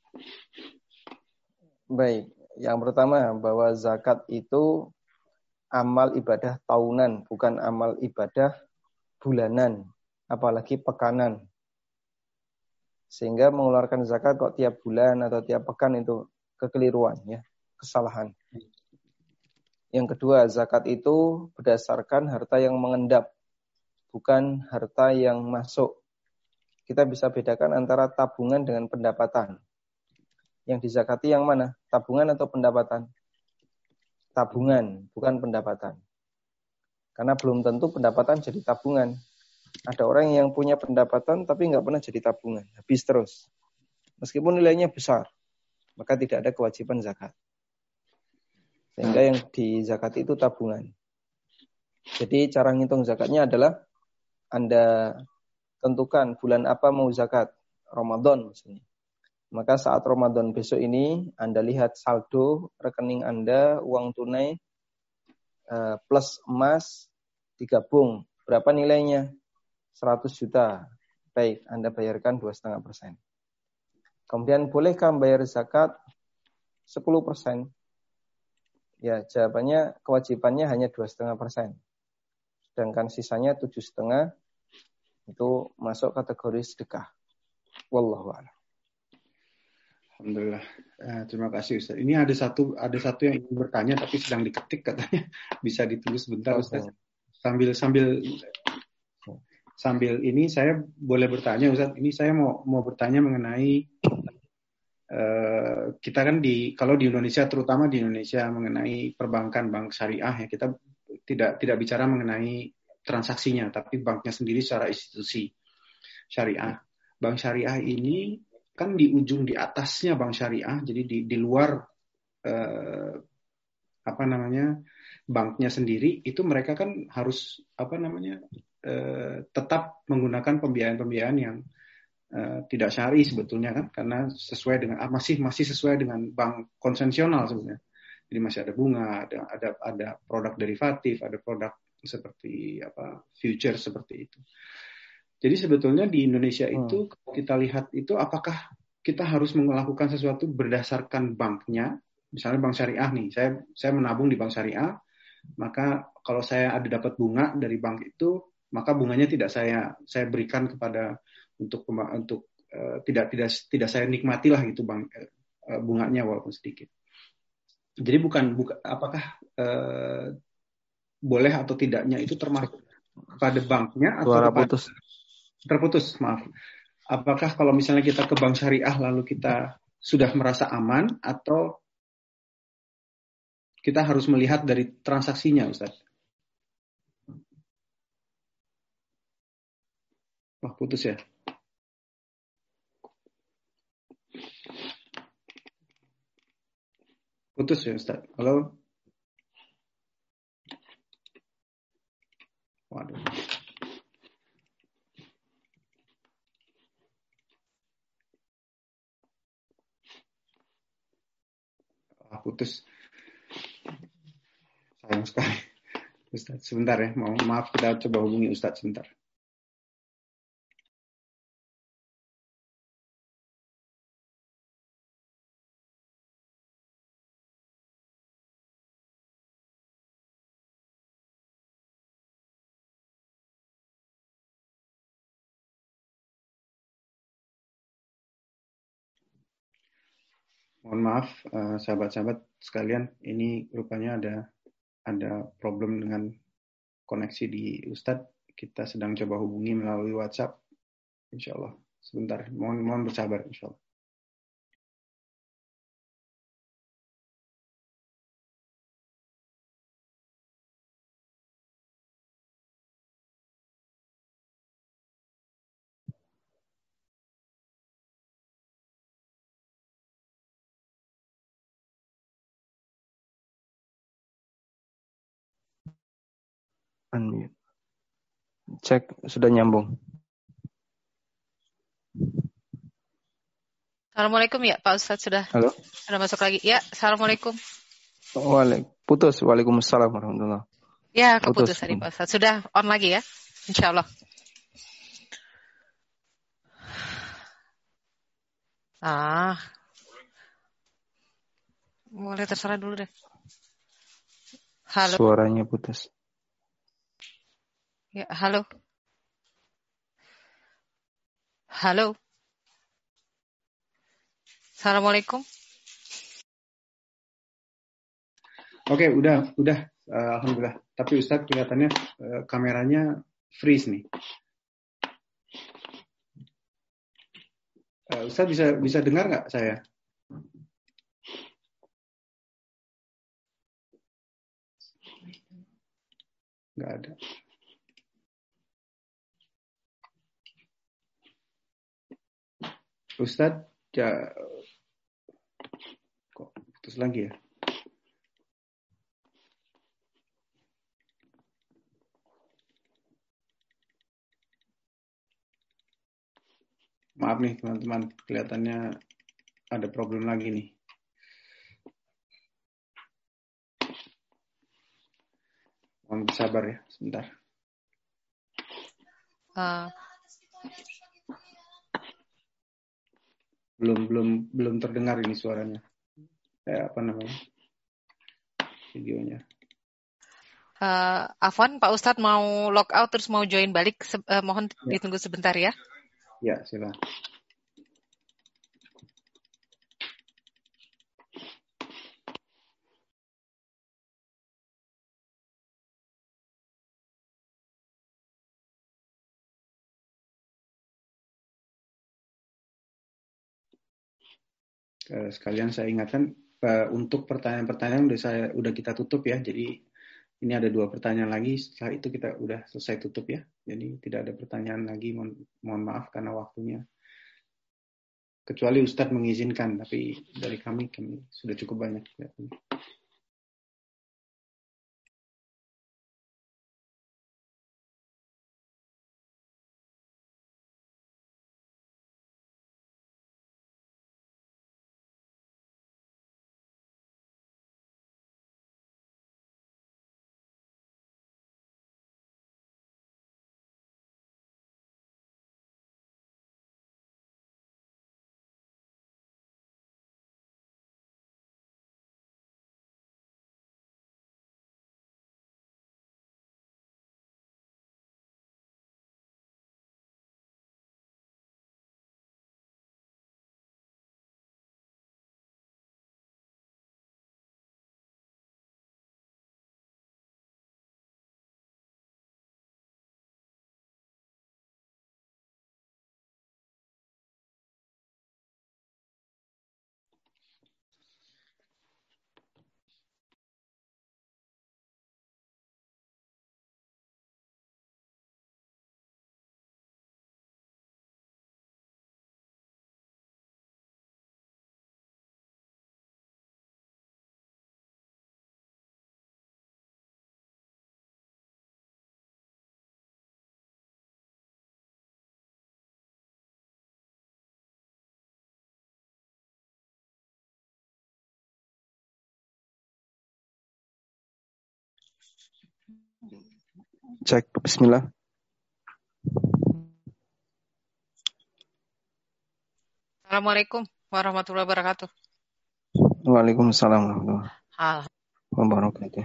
Baik, yang pertama bahwa zakat itu amal ibadah tahunan, bukan amal ibadah bulanan, apalagi pekanan. Sehingga mengeluarkan zakat kok tiap bulan atau tiap pekan itu kekeliruan, ya, kesalahan. Yang kedua, zakat itu berdasarkan harta yang mengendap, bukan harta yang masuk. Kita bisa bedakan antara tabungan dengan pendapatan. Yang dizakati yang mana? Tabungan atau pendapatan? Tabungan, bukan pendapatan. Karena belum tentu pendapatan jadi tabungan. Ada orang yang punya pendapatan tapi nggak pernah jadi tabungan, habis terus. Meskipun nilainya besar, maka tidak ada kewajiban zakat. Sehingga yang dizakati itu tabungan. Jadi cara ngitung zakatnya adalah Anda tentukan bulan apa mau zakat, Ramadan misalnya. Maka saat Ramadan besok ini, Anda lihat saldo rekening Anda, uang tunai, uh, plus emas, digabung. Berapa nilainya? seratus juta. Baik, Anda bayarkan dua koma lima persen. Kemudian, bolehkah membayar zakat sepuluh persen? Ya, jawabannya kewajibannya hanya dua koma lima persen. sedangkan sisanya tujuh setengah itu masuk kategori sedekah. Wallahu a'lam. Alhamdulillah. Eh, terima kasih Ustaz. Ini ada satu ada satu yang ingin bertanya tapi sedang diketik katanya. Bisa ditunggu sebentar Ustaz. Sambil sambil sambil ini saya boleh bertanya Ustaz. Ini saya mau mau bertanya mengenai uh, kita kan di kalau di Indonesia, terutama di Indonesia, mengenai perbankan bank syariah ya, kita tidak tidak bicara mengenai transaksinya, tapi banknya sendiri secara institusi syariah. Bank syariah ini kan di ujung di atasnya bank syariah, jadi di di luar eh, apa namanya banknya sendiri itu mereka kan harus apa namanya eh, tetap menggunakan pembiayaan-pembiayaan yang eh, tidak syar'i sebetulnya kan, karena sesuai dengan masih masih sesuai dengan bank konvensional sebenarnya. Jadi masih ada bunga, ada ada ada produk derivatif, ada produk seperti apa future seperti itu. Jadi sebetulnya di Indonesia itu, kalau kita lihat itu, apakah kita harus melakukan sesuatu berdasarkan banknya? Misalnya bank syariah nih, saya saya menabung di bank syariah, maka kalau saya ada dapat bunga dari bank itu, maka bunganya tidak saya saya berikan kepada untuk untuk uh, tidak tidak tidak saya nikmati lah gitu bang uh, bunganya walaupun sedikit. Jadi bukan bukan apakah uh, boleh atau tidaknya itu termasuk kepada banknya atau Suara kepada putus. Terputus, maaf. Apakah kalau misalnya kita ke bank syariah lalu kita sudah merasa aman atau kita harus melihat dari transaksinya, Ustaz? Wah, putus ya. Putus ya, Ustaz. Halo? Waduh. Putus. Sayang sekali. Ustaz, sebentar ya. Mau maaf, kita coba hubungi Ustaz sebentar. Mohon maaf, uh, sahabat-sahabat sekalian, ini rupanya ada ada problem dengan koneksi di Ustadz. Kita sedang coba hubungi melalui WhatsApp. Insya Allah. Sebentar, mohon mohon bersabar insya Allah. Unmute. Cek sudah nyambung. Assalamualaikum ya Pak Ustadz, sudah Halo. sudah masuk lagi. Ya, assalamualaikum. Waalaikumsalam. Putus. Waalaikumsalam warahmatullah. Ya, keputus Putus. tadi Pak Ustadz. Sudah on lagi ya, insya Allah. Ah, boleh terserah dulu deh. Halo. Suaranya putus. Ya, halo. Halo. Assalamualaikum. Oke, udah, udah, uh, alhamdulillah. Tapi Ustadz kelihatannya uh, kameranya freeze nih. Uh, Ustadz bisa bisa dengar nggak saya? Nggak ada. Ustadz, ya, kok putus lagi ya? Maaf nih teman-teman, kelihatannya ada problem lagi nih. Mohon bersabar ya, sebentar. Uh, belum belum belum terdengar ini suaranya. Eh, apa namanya? Videonya. Uh, Afwan, Pak Ustadz mau log out terus mau join balik. Se- uh, mohon Ya, ditunggu sebentar ya. ya silakan. Eh, sekalian saya ingatkan eh, untuk pertanyaan-pertanyaan udah saya udah kita tutup ya. Jadi ini ada dua pertanyaan lagi. Setelah itu kita udah selesai tutup ya. Jadi tidak ada pertanyaan lagi. Mohon, mohon maaf karena waktunya. Kecuali Ustadz mengizinkan, tapi dari kami kami sudah cukup banyak. Ya. Cek, bismillah. Assalamualaikum warahmatullahi wabarakatuh. Waalaikumsalam warahmatullahi Ah, wabarakatuh.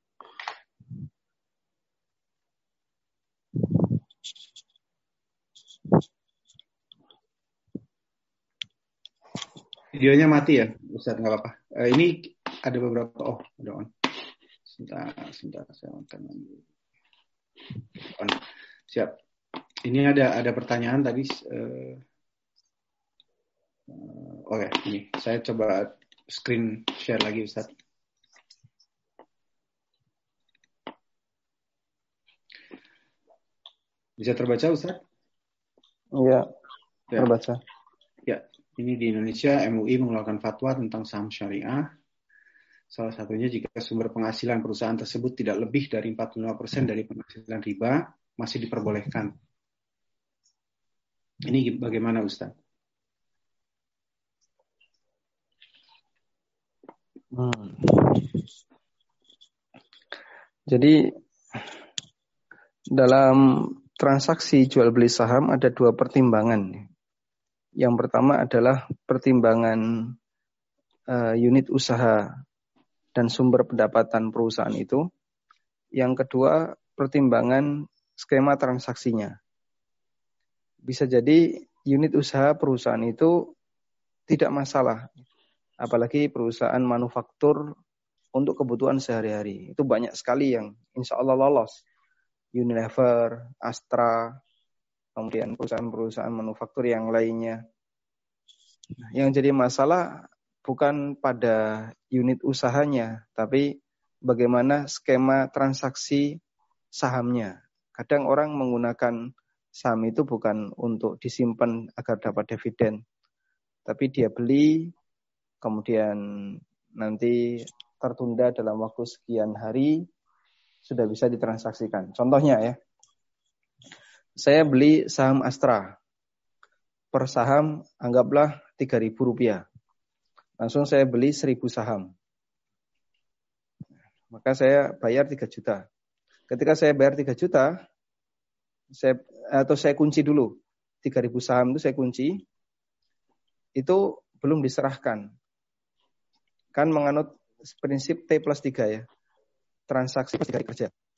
Videonya mati ya, Ustadz, nggak apa-apa. Eh, ini ada beberapa, oh, ada on. Sebentar, sebentar, saya on. on. Siap. Ini ada ada pertanyaan tadi. Uh, uh, Oke, okay, ini saya coba screen share lagi, Ustadz. Bisa terbaca, Ustadz? Iya, ya. terbaca. Ya, ini di Indonesia M U I mengeluarkan fatwa tentang saham syariah. Salah satunya jika sumber penghasilan perusahaan tersebut tidak lebih dari empat puluh lima persen dari penghasilan riba, masih diperbolehkan. Ini bagaimana, Ustaz? Hmm. Jadi dalam transaksi jual beli saham ada dua pertimbangan. Yang pertama adalah pertimbangan uh, unit usaha dan sumber pendapatan perusahaan itu. Yang kedua, pertimbangan skema transaksinya. Bisa jadi unit usaha perusahaan itu tidak masalah. Apalagi perusahaan manufaktur untuk kebutuhan sehari-hari. Itu banyak sekali yang insya Allah lolos. Unilever, Astra, kemudian perusahaan-perusahaan manufaktur yang lainnya. Yang jadi masalah bukan pada unit usahanya, tapi bagaimana skema transaksi sahamnya. Kadang orang menggunakan saham itu bukan untuk disimpan agar dapat dividen, tapi dia beli, kemudian nanti tertunda dalam waktu sekian hari, sudah bisa ditransaksikan. Contohnya ya, saya beli saham Astra, per saham anggaplah tiga ribu rupiah. Langsung saya beli seribu saham. Maka saya bayar tiga juta. Ketika saya bayar tiga juta, saya, atau saya kunci dulu. tiga ribu saham itu saya kunci. Itu belum diserahkan. Kan menganut prinsip T plus tiga ya. Transaksi plus tiga hari kerja.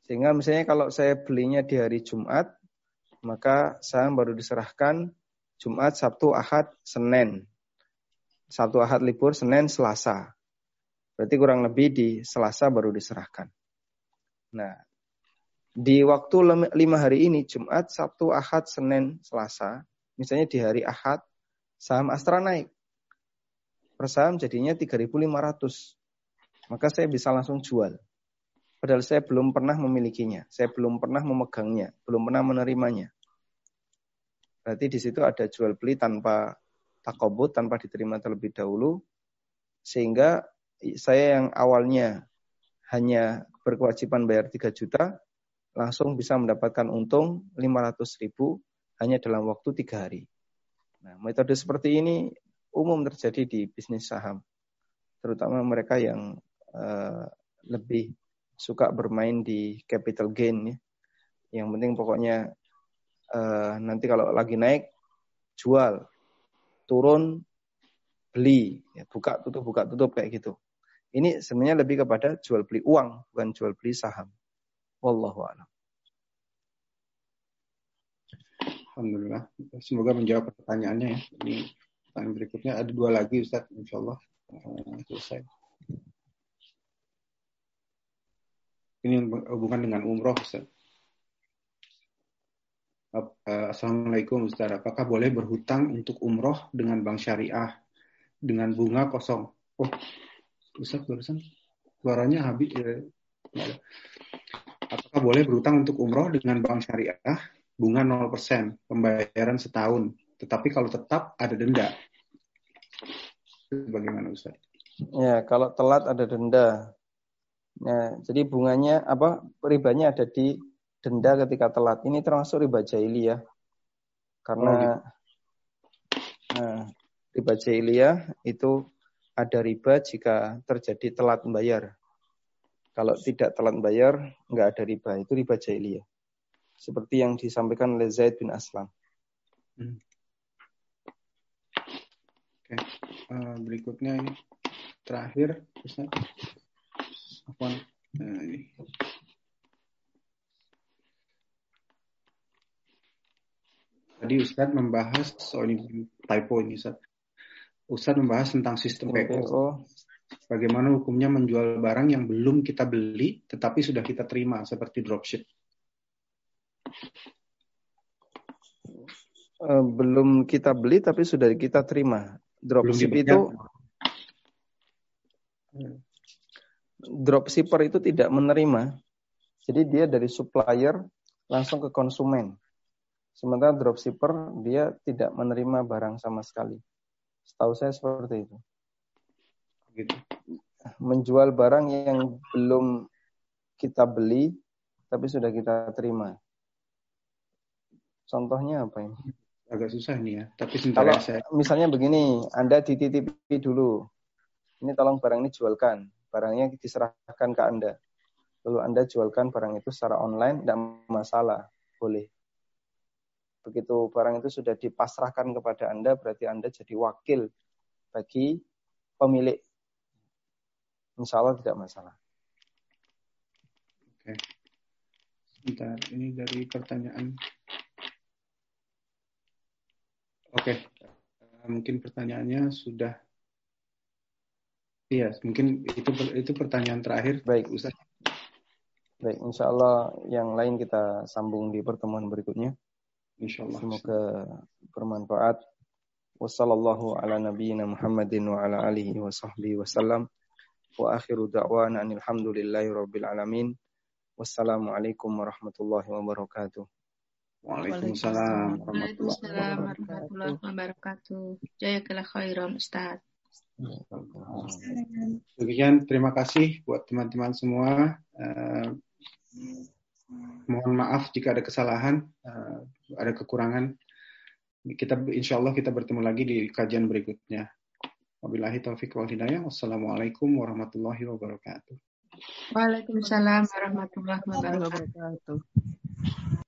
Sehingga misalnya kalau saya belinya di hari Jumat, maka saham baru diserahkan Jumat, Sabtu, Ahad, Senin. Sabtu, Ahad libur, Senin, Selasa. Berarti kurang lebih di Selasa baru diserahkan. Nah, di waktu lima hari ini, Jumat, Sabtu, Ahad, Senin, Selasa, misalnya di hari Ahad, saham Astra naik. Per saham jadinya tiga ribu lima ratus. Maka saya bisa langsung jual. Padahal saya belum pernah memilikinya, saya belum pernah memegangnya, belum pernah menerimanya. Berarti di situ ada jual beli tanpa takobut, tanpa diterima terlebih dahulu, sehingga saya yang awalnya hanya berkewajiban bayar tiga juta, langsung bisa mendapatkan untung lima ratus ribu hanya dalam waktu tiga hari. Nah, metode seperti ini umum terjadi di bisnis saham, terutama mereka yang uh, lebih suka bermain di capital gain ya. Yang penting pokoknya uh, nanti kalau lagi naik jual, turun beli, ya, buka tutup buka tutup kayak gitu. Ini sebenarnya lebih kepada jual beli uang, bukan jual beli saham. Wallahu a'lam. Alhamdulillah. Semoga menjawab pertanyaannya ya. Ini pertanyaan berikutnya ada dua lagi Ustaz, insyaallah uh, selesai. Ini hubungan dengan umroh, Ustaz. Assalamualaikum, Ustaz. Apakah boleh berhutang untuk umroh dengan bank syariah dengan bunga kosong? Oh, Ustaz barusan suaranya habis. Ya. Apakah boleh berhutang untuk umroh dengan bank syariah bunga nol persen, pembayaran setahun, tetapi kalau tetap ada denda? Bagaimana, Ustaz? Ya, kalau telat ada denda. Nah, jadi bunganya apa ribanya ada di denda ketika telat. Ini termasuk riba jahiliyah. Karena oh, gitu. Nah, riba jahiliyah itu ada riba jika terjadi telat membayar. Kalau tidak telat membayar, enggak ada riba. Itu riba jahiliyah. Seperti yang disampaikan oleh Zaid bin Aslam. Hmm. Oke, okay. uh, berikutnya ini terakhir, Ustaz. Apa? Nah, ini. Tadi Ustaz membahas, oh ini typo ini Ustaz. Ustaz membahas tentang sistem P O. Bagaimana hukumnya menjual barang yang belum kita beli, tetapi sudah kita terima, seperti dropship. Uh, belum kita beli, tapi sudah kita terima. Dropship itu... Dropshipper itu tidak menerima. Jadi dia dari supplier langsung ke konsumen. Sementara dropshipper dia tidak menerima barang sama sekali. Setahu saya seperti itu. Gitu. Menjual barang yang belum kita beli tapi sudah kita terima. Contohnya apa ini? Agak susah nih ya. Tapi sebentar kalau saya... misalnya begini, Anda dititipi dulu. Ini tolong barang ini jualkan. Barangnya diserahkan ke Anda. Lalu Anda jualkan barang itu secara online, tidak masalah, boleh. Begitu barang itu sudah dipasrahkan kepada Anda, berarti Anda jadi wakil bagi pemilik. Insya Allah tidak masalah. Oke. Sebentar, ini dari pertanyaan. Oke, mungkin pertanyaannya sudah. Iya, mungkin itu itu pertanyaan terakhir. Baik, Ustaz. Baik, insya Allah yang lain kita sambung di pertemuan berikutnya. Insya Allah. Semoga bermanfaat. Wassallallahu ala nabiyyina Muhammadin wa ala alihi wa sahbihi wasallam. Wa akhiru da'wana alhamdulillahi rabbil alamin. Wassalamualaikum warahmatullahi wabarakatuh. Waalaikumsalam warahmatullahi wabarakatuh. Jazakallahu khairan, Ustaz. Demikian, terima kasih buat teman-teman semua. Uh, mohon maaf jika ada kesalahan, uh, ada kekurangan. Kita insya Allah kita bertemu lagi di kajian berikutnya. Wabillahi taufiq wal hidayah. Wassalamualaikum warahmatullahi wabarakatuh. Waalaikumsalam warahmatullahi wabarakatuh.